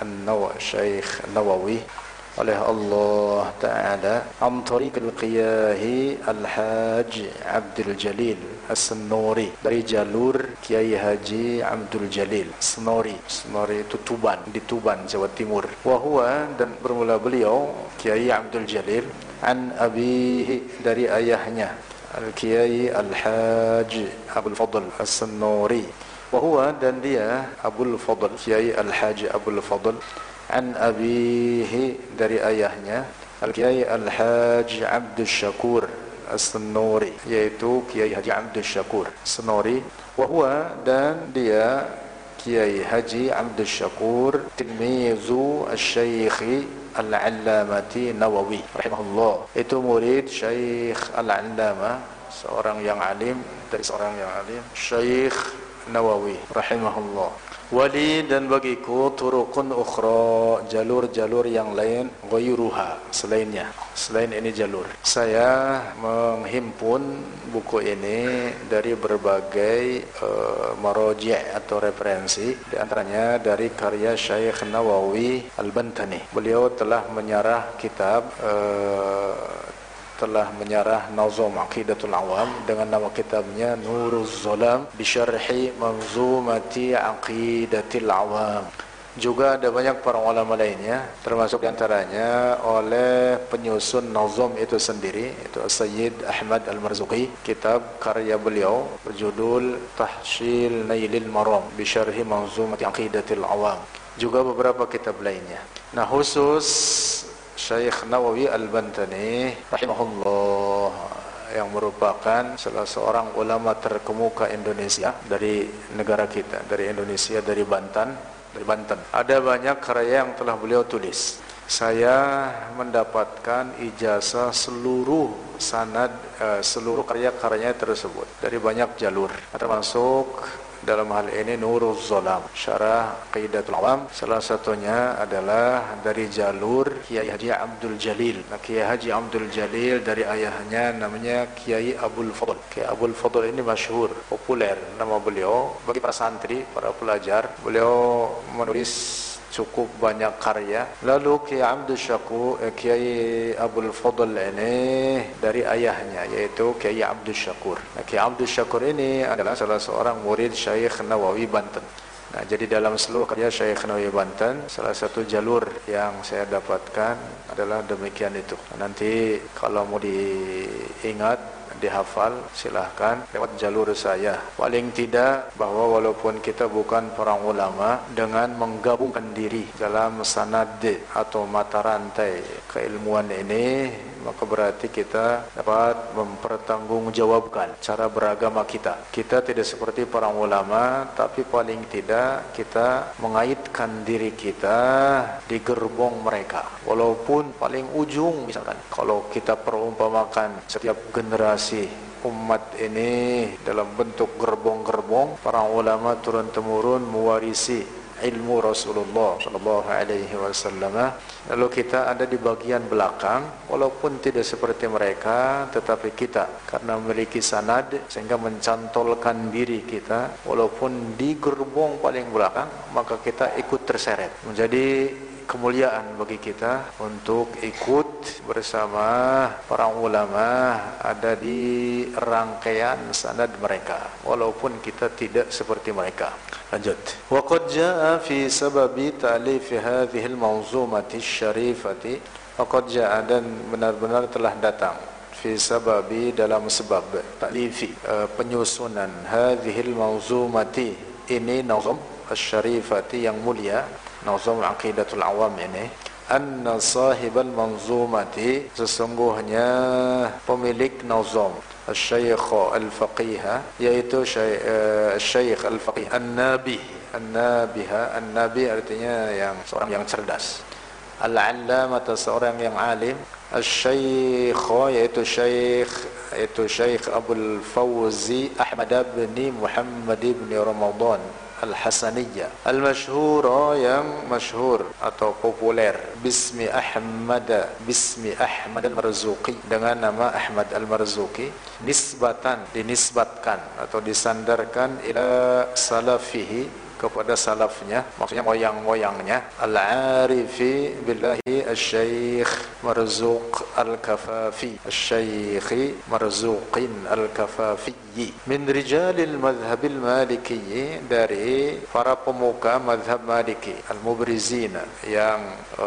Nawawi oleh Allah Ta'ala, an tariqil qiyahi Al-Haj Abdul Jalil As-Senori, dari jalur Kiai Haji Abdul Jalil Senori itu Tuban, di Tuban, Jawa Timur. Wahuwa, dan bermula beliau Kiai Abdul Jalil, an abihi, dari ayahnya Al-Kiai Al-Haj Abdul Fadl As-Senori. Wahuwa, dan dia Abul Fadl, Kiai Al-Haji Abul Fadl, an abihi, dari ayahnya Al-Kiai Al-Haji Abdul Syakur As-Senori, yaitu Kiai Haji Abdul Syakur Senori. Wahuwa, dan dia Kiai Haji Abdul Syakur tilmizu Asy-Syaikh Al-Allamati Nawawi rahimahullah. Itu murid Syekh Al-Allamah, seorang yang alim dari seorang yang alim, Syekh Nawawi rahimahullah. Wali dan bagiku turukun ukhra, jalur-jalur yang lain, ghayruha, selainnya, selain ini jalur. Saya menghimpun buku ini dari berbagai maraji' atau referensi, di antaranya dari karya Syekh Nawawi Al-Bantani. Beliau telah menyarah kitab Nazam Aqidatul Awam dengan nama kitabnya Nuruz Zalam bi Syarhi Manzumati Aqidatil Awam. Juga ada banyak para ulama lainnya, termasuk diantaranya oleh penyusun Nazam itu sendiri, itu Sayyid Ahmad Al-Marzuqi. Kitab karya beliau berjudul Tahsil Nailil Maram bi Syarhi Manzumati Aqidatil Awam. Juga beberapa kitab lainnya. Nah, khusus Syekh Nawawi Al-Bantani rahimahullah, yang merupakan salah seorang ulama terkemuka Indonesia, dari negara kita, dari Indonesia, dari Banten. Ada banyak karya yang telah beliau tulis. Saya mendapatkan ijazah seluruh sanad, seluruh karya-karyanya tersebut dari banyak jalur, termasuk dalam hal ini Nuruz Zalam, Syarah Aqidatul Awam. Salah satunya adalah dari jalur Kiai Haji Abdul Jalil. Nah, Kiai Haji Abdul Jalil dari ayahnya namanya Kiai Abdul Fadl. Kiai Abdul Fadl ini masyhur, populer nama beliau bagi para santri, para pelajar. Beliau menulis cukup banyak karya. Lalu Kiai Abdul Syakur, Kiai Abdul Fadl ini dari ayahnya, yaitu Kiai Abdul Syakur. Nah, Kiai Abdul Syakur ini adalah salah seorang murid Syekh Nawawi Banten. Nah, jadi dalam seluruh karya Syekh Nawawi Banten, salah satu jalur yang saya dapatkan adalah demikian itu. Nanti kalau mau diingat, dihafal, silahkan lewat jalur saya. Paling tidak bahwa walaupun kita bukan para ulama, dengan menggabungkan diri dalam sanad atau mata rantai keilmuan ini, maka berarti kita dapat mempertanggungjawabkan cara beragama kita. Kita tidak seperti para ulama, tapi paling tidak kita mengaitkan diri kita di gerbong mereka. Walaupun paling ujung, misalkan kalau kita perumpamakan setiap generasi umat ini dalam bentuk gerbong-gerbong, para ulama turun-temurun mewarisi ilmu Rasulullah sallallahu alaihi wasallam. Lalu kita ada di bagian belakang, walaupun tidak seperti mereka, tetapi kita karena memiliki sanad sehingga mencantolkan diri kita walaupun di gerbong paling belakang, maka kita ikut terseret. Menjadi kemuliaan bagi kita untuk ikut bersama para ulama ada di rangkaian sanad mereka, walaupun kita tidak seperti mereka. Lanjut. Wa qad jaa fi sababi ta'lif hadhihi al-manzumati asy-syarifati, wa qad jaa, dan benar-benar telah datang, fi sababi, dalam sebab, ta'lifi, penyusunan, hadhihi al-manzumati, ini nazam asy-syarifati yang mulia, Nazam Aqidatul Awam ini, anna sahibal manzumati, sesungguhnya pemilik nazam, Asy-Syaikh Al-Faqih, yaitu Syekh Al-Faqih An-Nabi. An-Nabi artinya yang seorang yang cerdas. Al-Allamah, seorang yang alim. Asy-Syaikh yaitu Syekh Abdul Fawzi Ahmad bin Muhammad bin Ramadan Al-Hasaniyah, Al-Masyhura, yang masyhur atau populer, Bismi Ahmad Al-Marzuqi, dengan nama Ahmad Al-Marzuqi, nisbatan, dinisbatkan atau disandarkan ila salafihi, kepada salafnya, maksudnya moyang-moyangnya, Al-Arifi billahi Asy-Syaikh Marzuq Al-Kafafi, Asy-Syaikh Marzuqin Al-Kafafi, min rijalil madhhabil maliki, dari para pemuka madhab maliki, al-mubrizina, yang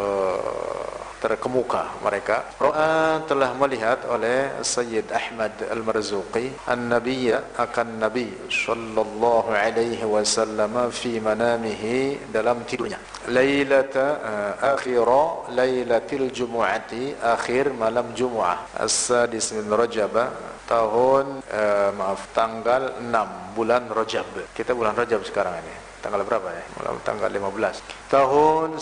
terkemuka mereka. Ra'a, telah melihat oleh Sayyid Ahmad Al-Marzuqi an-nabiyya, akan Nabi sallallahu alaihi wasallam, fi manamihi, dalam tidurnya, akhira lailatil jumu'ati, akhir malam Jumu'ah, as-sadis min Rajab, tanggal 6 bulan Rajab. Kita bulan Rajab sekarang ini, tanggal berapa ya? Malam tanggal 15. Tahun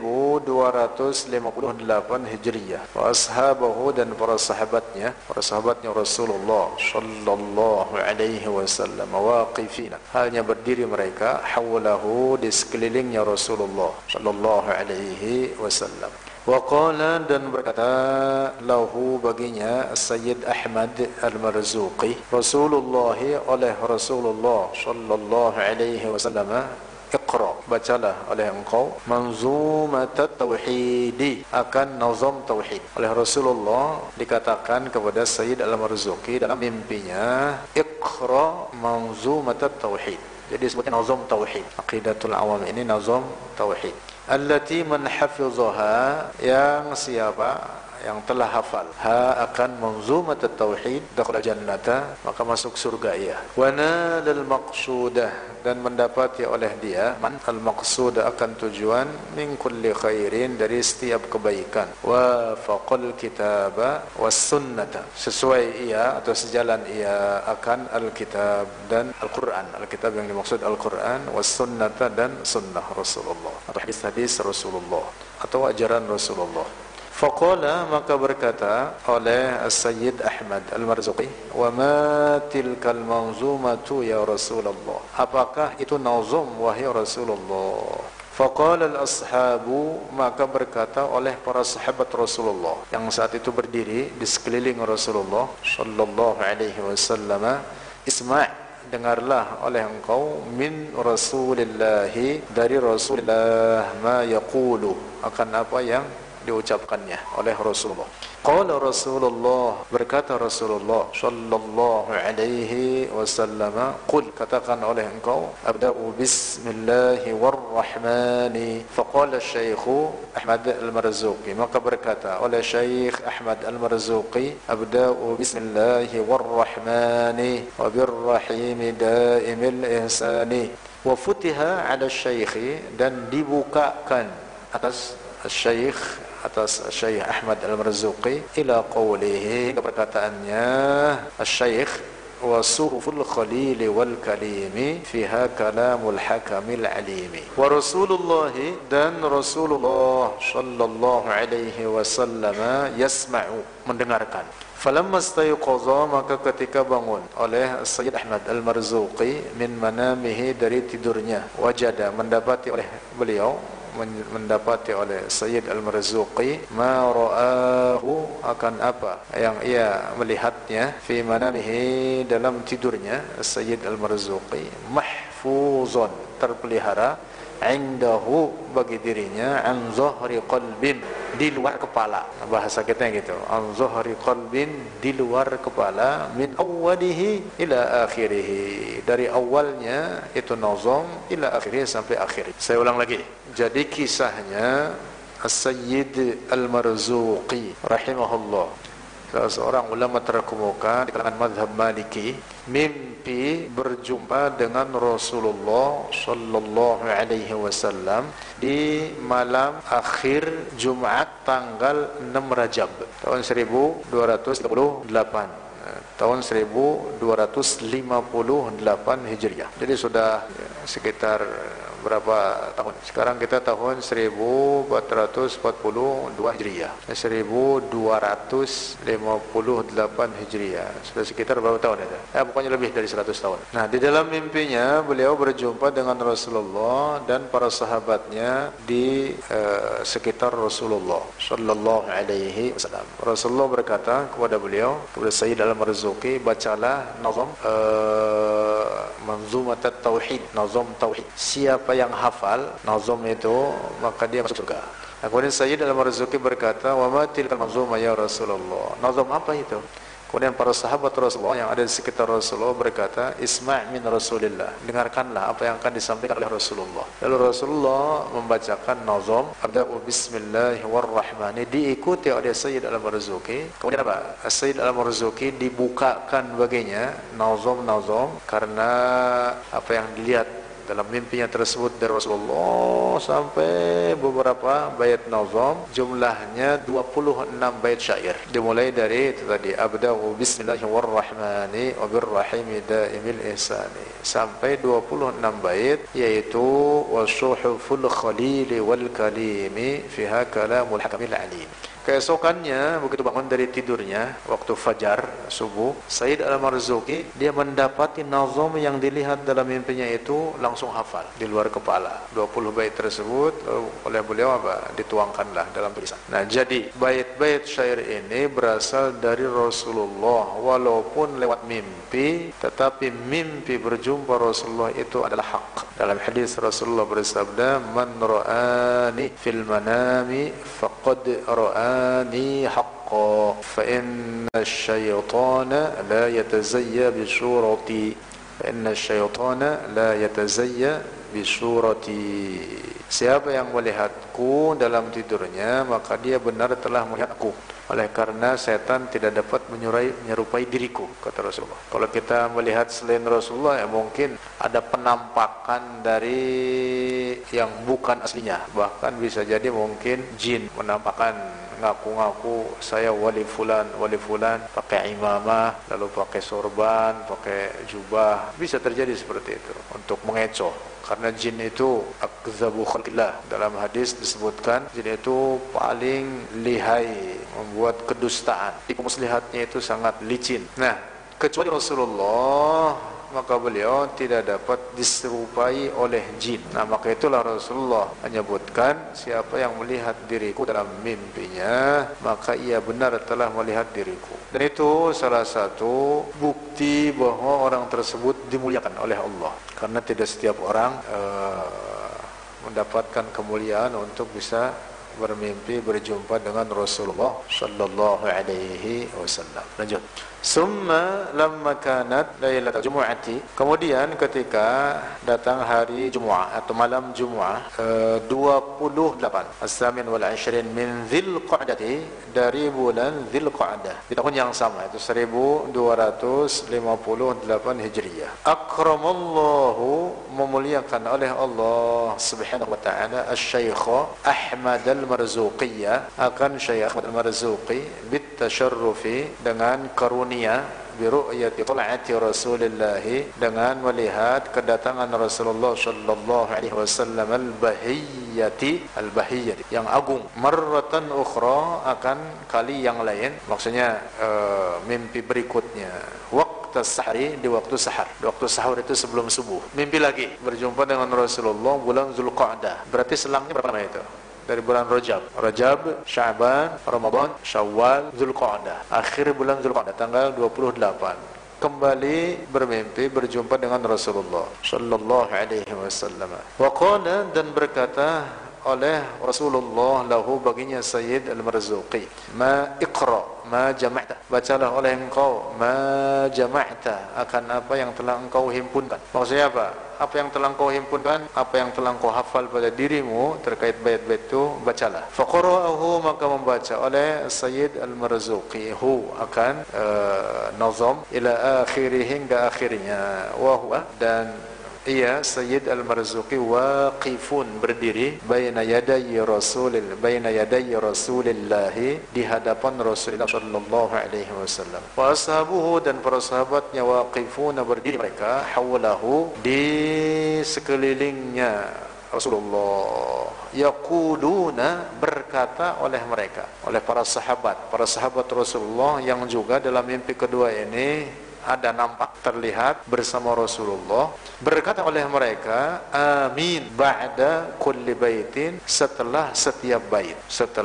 1258 Hijriyah. Wa ashabahu, dan para sahabatnya Rasulullah sallallahu alaihi wasallam waqifina, halnya berdiri mereka hawlahu, di sekelilingnya Rasulullah sallallahu alaihi wasallam. Wa qala, dan berkata, lahu, baginya, Sayyid Ahmad Al-Marzuqi, Rasulullah, oleh Rasulullah sallallahu alaihi wasallam, Iqra, bacalah oleh engkau Manzumat Tauhid, akan nazam tauhid. Oleh Rasulullah dikatakan kepada Sayyid Al-Marzuqi dalam mimpinya, Iqra Manzumat Tauhid. Jadi sebutnya nazam tauhid. Aqidatul Awam ini nazam tauhid. Allati man hafizaha, yang siapa yang telah hafal akan manzumat tauhid, dakhala jannata, maka masuk surga ia. Wa nalal maqsudah, dan mendapati oleh dia al maqsudah, akan tujuan, min kulli khairin, dari setiap kebaikan. Wa faqal kitaba was sunnata, sesuai ia atau sejalan ia akan al-kitab dan Al-Qur'an. Al-kitab yang dimaksud Al-Qur'an, was sunnata, dan sunnah Rasulullah atau hadis-hadis Rasulullah atau ajaran Rasulullah. Faqala, maka berkata oleh Sayyid Ahmad Al-Marzuqi, wa ma tilkal manzumatu ya Rasulullah, apakah itu nazam wahai Rasulullah? Faqala al-ashabu, maka berkata oleh para sahabat Rasulullah yang saat itu berdiri di sekeliling Rasulullah sallallahu alaihi wasallam, isma', dengarlah oleh engkau, min Rasulillahi, dari Rasulullah, ma yaqulu, akan apa yang diucapkannya oleh Rasulullah. Qala Rasulullah, berkata Rasulullah sallallahu alaihi wasallam, qul, katakan oleh engkau, abda'u bismillahi warrahmani. Faqala Syekh Ahmad Al-Marzuqi, maka berkata oleh Syekh Ahmad Al-Marzuqi, abda'u bismillahi warrahmani wa birrahimi daimil ihsani. Wa futiha ala Syekh, dan dibukakan atas Syekh, atas Syekh Ahmad Al-Marzuqi, ila qawlihi, perkataannya Syekh, wa suhuful khalil wal kalimi fiha kalamul hakamil alimi. Wa Rasulullah, dan Rasulullah sallallahu alaihi wasallam, yasma'u, mendengarkan. Falamma istayqaza, maka ketika bangun oleh Sayyid Ahmad Al-Marzuqi, min manamihi, dari tidurnya, wajada, mendapati oleh beliau, mendapati oleh Sayyid Al-Marzuqi, ma ra'ahu, akan apa yang ia melihatnya, fi manamihi, dalam tidurnya Sayyid Al-Marzuqi, mahfuzun, terpelihara, indahu, bagi dirinya, an zahri qalbin, di luar kepala, bahasa kita gitu, an zahri qalbin, di luar kepala, min awwalihi ila akhirih, dari awalnya itu nazam ila akhirih, sampai akhir. Saya ulang lagi. Jadi kisahnya As-Sayyid Al-Marzuqi rahimahullah, salah seorang ulama terkemuka di kalangan mazhab Maliki, mimpi berjumpa dengan Rasulullah sallallahu alaihi wasallam di malam akhir Jumat tanggal 6 Rajab tahun 1238, tahun 1258 Hijriah. Jadi sudah sekitar berapa tahun? Sekarang kita tahun 1442 Hijriah, 1258 Hijriah. Sudah sekitar berapa tahun itu? Pokoknya lebih dari 100 tahun. Nah, di dalam mimpinya beliau berjumpa dengan Rasulullah dan para sahabatnya di sekitar Rasulullah sallallahu alaihi wasallam. Rasulullah berkata kepada beliau, kepada Sayyid Al-Marzuqi, bacalah nazam Manzumat Tauhid, nazam tauhid. Siapa yang hafal nazam itu, maka dia masuk surga. Kemudian Sayyid Al-Marzuqi berkata, wa ma tilkal manzumah ya Rasulullah, nazam apa itu? Kemudian para sahabat Rasulullah yang ada di sekitar Rasulullah berkata, isma' min Rasulillah, dengarkanlah apa yang akan disampaikan oleh Rasulullah. Lalu Rasulullah membacakan nazam, abda'u bismillahirrahmanirrahim, diikuti oleh Sayyid Al-Marzuqi. Kemudian apa? Sayyid Al-Marzuqi dibukakan baginya nazam-nazam, karena apa yang dilihat dalam mimpinya tersebut dari Rasulullah sampai beberapa bait nazam, jumlahnya 26 bait syair. Dimulai dari itu tadi, abda'u bismillahirrahmani wabirrahimi daimil ihsani, sampai 26 bait, yaitu wasuhuful khalili wal kalimi fiha kalamul hakamil alim. Keesokannya begitu bangun dari tidurnya waktu fajar subuh, Sayyid Al-Marzuki dia mendapati nazam yang dilihat dalam mimpinya itu langsung hafal di luar kepala. 20 bait tersebut oleh beliau dituangkanlah dalam tulisan. Nah, jadi bait-bait syair ini berasal dari Rasulullah, walaupun lewat mimpi, tetapi mimpi berjumpa Rasulullah itu adalah hak. Dalam hadis Rasulullah bersabda, "Man ra'ani fil manami faqad ra'ani haqqan, fa inna asy-syaitana la yatazayya bi surati, fa inna asy-syaitana la yatazayya bi surati." Siapa yang melihatku dalam tidurnya, maka dia benar telah melihat aku. Oleh karena setan tidak dapat menyerupai diriku, kata Rasulullah. Kalau kita melihat selain Rasulullah, ya mungkin ada penampakan dari yang bukan aslinya. Bahkan bisa jadi mungkin jin menampakkan, ngaku-ngaku saya wali fulan, pakai imamah, lalu pakai sorban, pakai jubah. Bisa terjadi seperti itu untuk mengecoh. Karena jin itu akzabu khalqillah. Dalam hadis disebutkan jin itu paling lihai membuat kedustaan. Tipu muslihatnya itu sangat licin. Nah, kecuali Rasulullah, maka beliau tidak dapat diserupai oleh jin. Nah, maka itulah Rasulullah menyebutkan, siapa yang melihat diriku dalam mimpinya, maka ia benar telah melihat diriku. Dan itu salah satu bukti bahwa orang tersebut dimuliakan oleh Allah. Karena tidak setiap orang mendapatkan kemuliaan untuk bisa bermimpi berjumpa dengan Rasulullah sallallahu alaihi wasallam. Lanjut. Summa lamma kanat lailatul jumu'ati, kemudian ketika datang hari Jumat atau malam Jumat 28 as-samin wal 20 min Dzulqa'dah, dari bulan Dzulqa'dah di tahun yang sama, itu 1258 Hijriah. Akramallahu, memuliakan oleh Allah Subhanahu wa taala asy-Syaikh Ahmad Al-Marzuqiyya, akan Syekh Ahmad Al-Marzuqi bit tasyarrufi, dengan karunia bi ru'yati tal'ati Rasulillah, dengan melihat kedatangan Rasulullah sallallahu alaihi wasallam al-bahiyyati yang agung, marratan ukhra, akan kali yang lain, maksudnya mimpi berikutnya, waktu sahari, di waktu sahar. Di waktu sahur itu sebelum subuh, mimpi lagi berjumpa dengan Rasulullah bulan Dzulqa'dah. Berarti selangnya berapa lama itu? Dari bulan Rajab, Sya'ban, Ramadan, Syawal, Dzulqa'dah. Akhir bulan Dzulqa'dah tanggal 28. Kembali bermimpi berjumpa dengan Rasulullah sallallahu alaihi wasallam. Wa qala, dan berkata oleh Rasulullah lahu, baginya Sayyid Al-Marzuqi, ma iqra ma jama'ta, bacalah oleh engkau ma jama'ta, akan apa yang telah engkau himpunkan. Maksudnya apa? Apa yang telah engkau himpunkan, apa yang telah engkau hafal pada dirimu terkait bait-bait itu, bacalah. Faqara'ahu, maka membaca oleh Sayyid Al-Marzuqi akan nazam ila akhirih, hingga akhirnya. Wa huwa, dan ia Sayyid Al-Marzuqi waqifun, berdiri baina yaday Rasulillah, di hadapan Rasulullah sallallahu alaihi wasallam. Wa ashabuhu, dan para sahabatnya waqifuna, berdiri mereka, hawlahu, di sekelilingnya Rasulullah. Yaquluna, berkata oleh mereka, oleh para sahabat Rasulullah yang juga dalam mimpi kedua ini ada nampak terlihat bersama Rasulullah, berkata oleh mereka, amin ba'da kulli baitin, setelah setiap bait.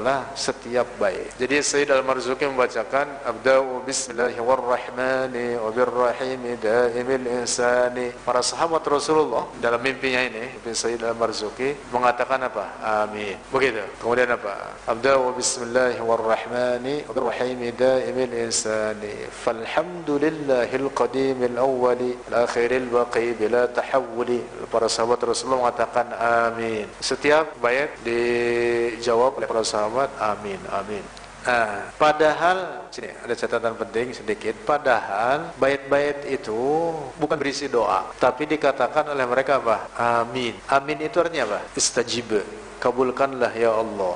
Jadi Sayyid Al-Marzuqi membacakan abda'u bismillahirrahmani wabirrahimi daimil insani. Para sahabat Rasulullah dalam mimpinya ini, mimpi Sayyid Al-Marzuqi, mengatakan apa? Amin. Begitu. Kemudian apa? Abda'u bismillahirrahmani wabirrahimi daimil insani, falhamdulillah al-qadim al-awwali al-akhir al-baqi bila tahawuli. Para sahabat Rasulullah mengatakan amin. Setiap bait dijawab oleh para sahabat amin, amin. Padahal sini ada catatan penting sedikit. Padahal bait-bait itu bukan berisi doa, tapi dikatakan oleh mereka apa? Amin. Amin itu artinya apa? Istajib. Kabulkanlah ya Allah.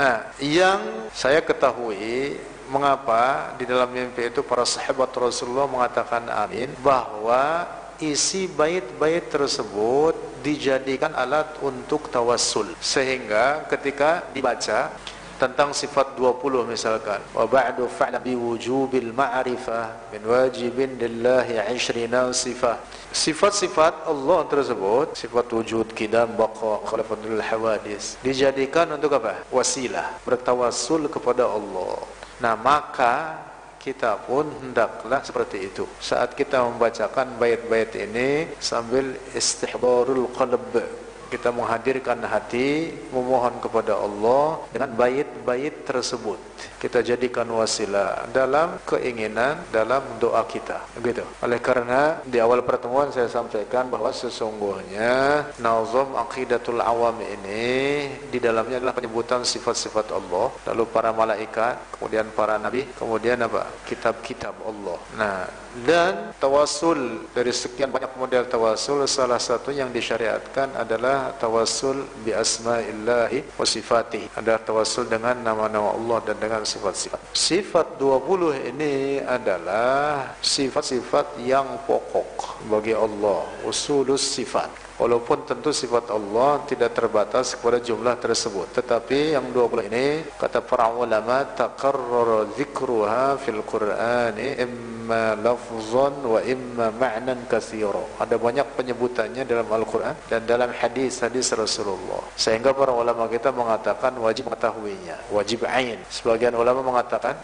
Yang saya ketahui mengapa di dalam mimpi itu para sahabat Rasulullah mengatakan amin, bahwa isi bait-bait tersebut dijadikan alat untuk tawassul, sehingga ketika dibaca tentang sifat 20 misalkan, wa ba'du fa'la bi wujubil ma'rifah min wajibin lillahi 'ishrina sifat. Sifat-sifat Allah tersebut, sifat wujud, qidam, baqa, khalafatul hawadis, dijadikan untuk apa? Wasilah, bertawassul kepada Allah. Nah, maka kita pun hendaklah seperti itu. Saat kita membacakan bait-bait ini sambil istihdarul qalb, kita menghadirkan hati, memohon kepada Allah dengan bait-bait tersebut. Kita jadikan wasilah dalam keinginan, dalam doa kita. Begitu. Oleh karena di awal pertemuan saya sampaikan bahwa sesungguhnya nazam aqidatul awam ini di dalamnya adalah penyebutan sifat-sifat Allah, lalu para malaikat, kemudian para nabi, kemudian apa? Kitab-kitab Allah. Nah, dan tawassul, dari sekian banyak model tawassul, salah satu yang disyariatkan adalah tawassul bi asma'illahi wa sifatihi. Ada tawassul dengan nama-nama Allah dan dengan sifat-sifat. Sifat 20 ini adalah sifat-sifat yang pokok bagi Allah, usulus sifat. Walaupun tentu sifat Allah tidak terbatas kepada jumlah tersebut, tetapi yang 20 ini kata para ulama taqarrara dzikruha fil Qur'ani imma lafzan wa imma ma'nan katsira. Ada banyak penyebutannya dalam Al-Qur'an dan dalam hadis-hadis Rasulullah, sehingga para ulama kita mengatakan wajib mengetahuinya, wajib ain. Sebagian ulama mengatakan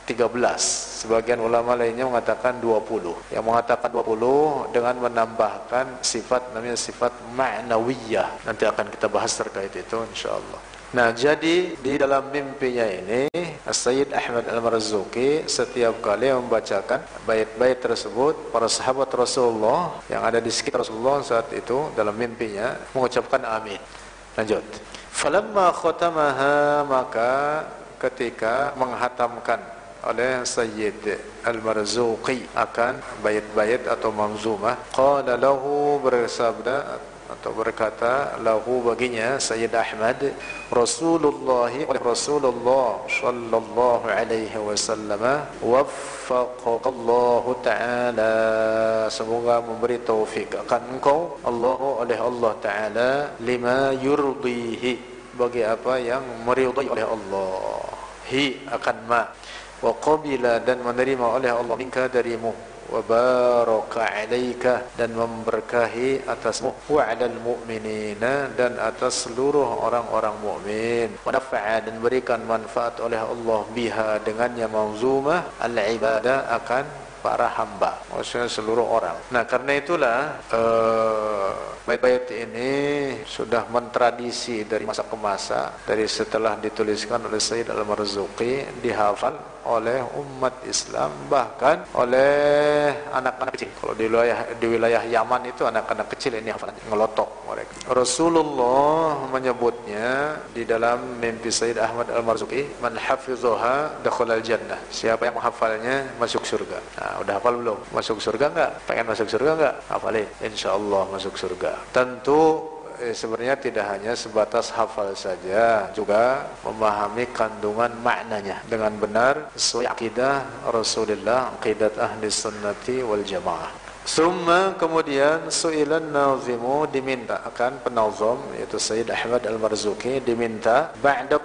13, sebagian ulama lainnya mengatakan 20. Yang mengatakan 20 dengan menambahkan sifat, namanya sifat ma'nawiyah. Nanti akan kita bahas terkait itu insyaallah. Nah, jadi di dalam mimpinya ini Sayyid Ahmad Al-Marzuqi setiap kali membacakan bait-bait tersebut, para sahabat Rasulullah yang ada di sekitar Rasulullah saat itu dalam mimpinya mengucapkan amin. Lanjut. Falamma khatamaha, maka ketika menghatamkan oleh Sayyid Al-Marzuqi akan bait-bait atau manzumah, qala lahu, bersabda atau berkata lahu baginya Sayyid Ahmad, Rasulullah sallallahu alaihi wasallam waffaqallahu ta'ala, semoga memberi taufik akan engkau Allah oleh Allah Ta'ala, lima yurdihi, bagi apa yang meridai oleh Allah, hi akan ma, wa qabila, dan menerima oleh Allah, minka darimu, wa baraka alaika, dan memberkahi atasmu, wa alal mu'minina, dan atas seluruh orang-orang mukmin, wa nafa'a, dan berikan manfaat oleh Allah biha, dengannya manzumah al-ibadah, akan para hamba, maksudnya seluruh orang. Nah, karena itulah bait-bait ini sudah mentradisi dari masa ke masa, dari setelah dituliskan oleh Sayyid Al-Marzuqi, dihafal oleh umat Islam, bahkan oleh anak-anak kecil. Kalau di wilayah Yaman itu anak-anak kecil ini hafalannya, ngelotok mereka. Rasulullah menyebutnya di dalam mimpi Sayyid Ahmad Al-Marzuqi, man hafizaha dakhalal jannah, siapa yang menghafalnya masuk surga. Nah, udah hafal belum? Masuk surga enggak? Pengen masuk surga enggak? Hafalin, insyaallah masuk surga. Tentu sebenarnya tidak hanya sebatas hafal saja, juga memahami kandungan maknanya dengan benar sesuai akidah Rasulullah, aqidat ahli sunnati wal jamaah. Summa, kemudian su'ilan nazimu, diminta akan penazam yaitu Sayyid Ahmad Al-Marzuqi, diminta ba'da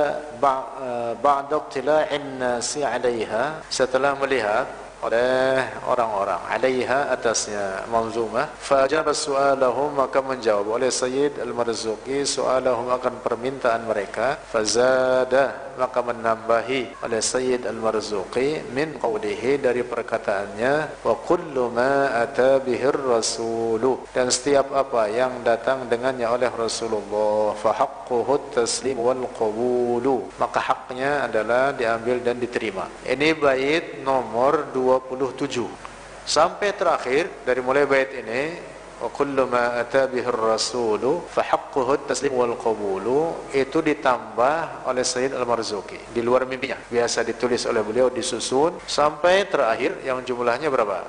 ibtila'in nasi 'alaiha, setelah melihat oleh orang-orang, 'alaiha, atasnya manzumah, fajaba su'alahum, maka menjawab oleh Sayyid Al-Marzuqi su'alahum, akan permintaan mereka, fazada, maka menambahi oleh Sayyid Al-Marzuqi min qawlihi, dari perkataannya, wa kullu ma ata bihir rasulu, dan setiap apa yang datang dengannya oleh Rasulullah, fa haqquhu taslim wal qabulu, maka haknya adalah diambil dan diterima. Ini bait nomor 27 sampai terakhir. Dari mulai bait ini wa kullu ma ata bihir rasulu fa haqquhu at-taslim wal qabulu, itu ditambah oleh Sayyid Al-Marzuki di luar mimpinya. Biasa ditulis oleh beliau, disusun sampai terakhir yang jumlahnya berapa?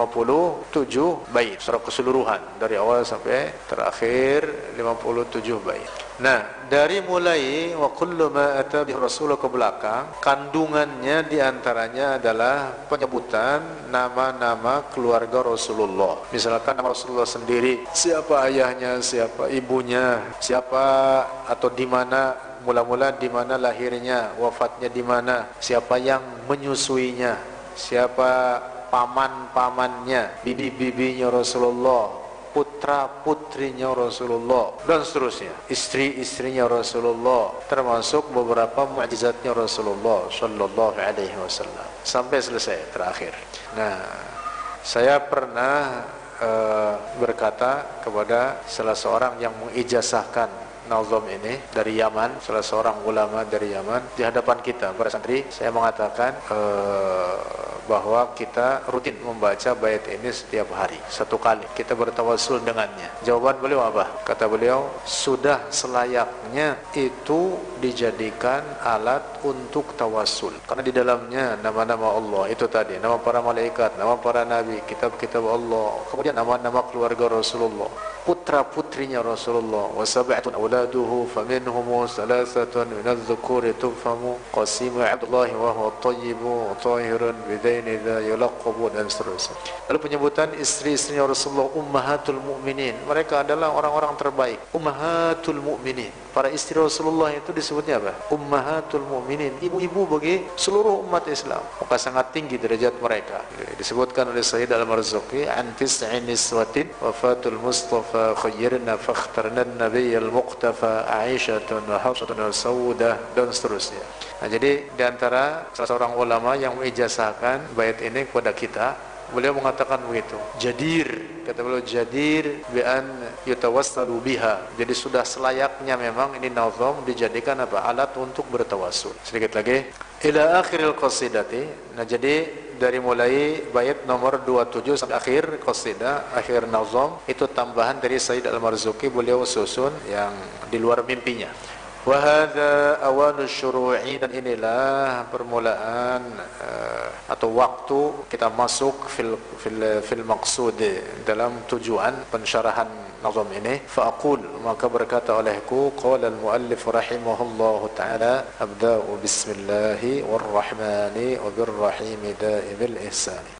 57 bait secara keseluruhan dari awal sampai terakhir 57 bait. Nah, dari mulai wa kullu ma ata bihi rasul ke belakang, kandungannya diantaranya adalah penyebutan nama-nama keluarga Rasulullah. Misalkan nama Rasulullah sendiri, siapa ayahnya, siapa ibunya, siapa atau di mana mula-mula, di mana lahirnya, wafatnya di mana, siapa yang menyusuinya, siapa paman-pamannya, bibi-bibinya Rasulullah, putra-putrinya Rasulullah, dan seterusnya, istri-istrinya Rasulullah, termasuk beberapa mukjizatnya Rasulullah sallallahu alaihi wasallam sampai selesai terakhir. Nah, saya pernah berkata kepada salah seorang yang mengijazahkan nazam ini dari Yaman, salah seorang ulama dari Yaman, di hadapan kita para santri, saya mengatakan bahwa kita rutin membaca bait ini setiap hari, satu kali kita bertawassul dengannya. Jawaban beliau apa? Kata beliau, sudah selayaknya itu dijadikan alat untuk tawassul, karena di dalamnya nama-nama Allah itu tadi, nama para malaikat, nama para nabi, kitab-kitab Allah, kemudian nama-nama keluarga Rasulullah, putra-putrinya Rasulullah, wa sab'atun awladuhu faminhum salasatun min adh-dhukuri tufhamu qasimu Abdullah wa huwa thayyibu tahirun bidaini dha yulaqabu, dan seterusnya. Lalu penyebutan istri-istrinya Rasulullah, ummahatul mukminin, mereka adalah orang-orang terbaik. Ummahatul mukminin, para istri Rasulullah itu disebutnya apa? Ummahatul mukminin, ibu-ibu bagi seluruh umat Islam. Maka sangat tinggi derajat mereka. Disebutkan oleh Sayyid Al-Marzuki, an tis'in niswatin wafatul Mustafa khayyirna fakhtarna an-nabiy al-muqtafa Aisyatun wa Hafsatun wa Saudah, dan seterusnya. Nah, jadi diantara salah seorang ulama yang mengijazahkan bait ini kepada kita, beliau mengatakan begitu, jadir, kata beliau, jadir bi an yatawassalu biha. Jadi sudah selayaknya memang ini nazam dijadikan apa? Alat untuk bertawassul. Sedikit lagi, ila akhiril qasidati. Nah, jadi dari mulai bait nomor 27 sampai akhir qasidah, akhir nazam, itu tambahan dari Sayyid Al-Marzuki, beliau susun yang di luar mimpinya. Wa hadza awanus syuru'i, dan inilah permulaan atau waktu kita masuk fil maqsud, dalam tujuan pensyarahan nazam ini. Fa aqul, maka berkata olehku, qala al-muallif rahimahullahu ta'ala, abda'u bismillahi warrahmani wabirrahimi daimil ihsani.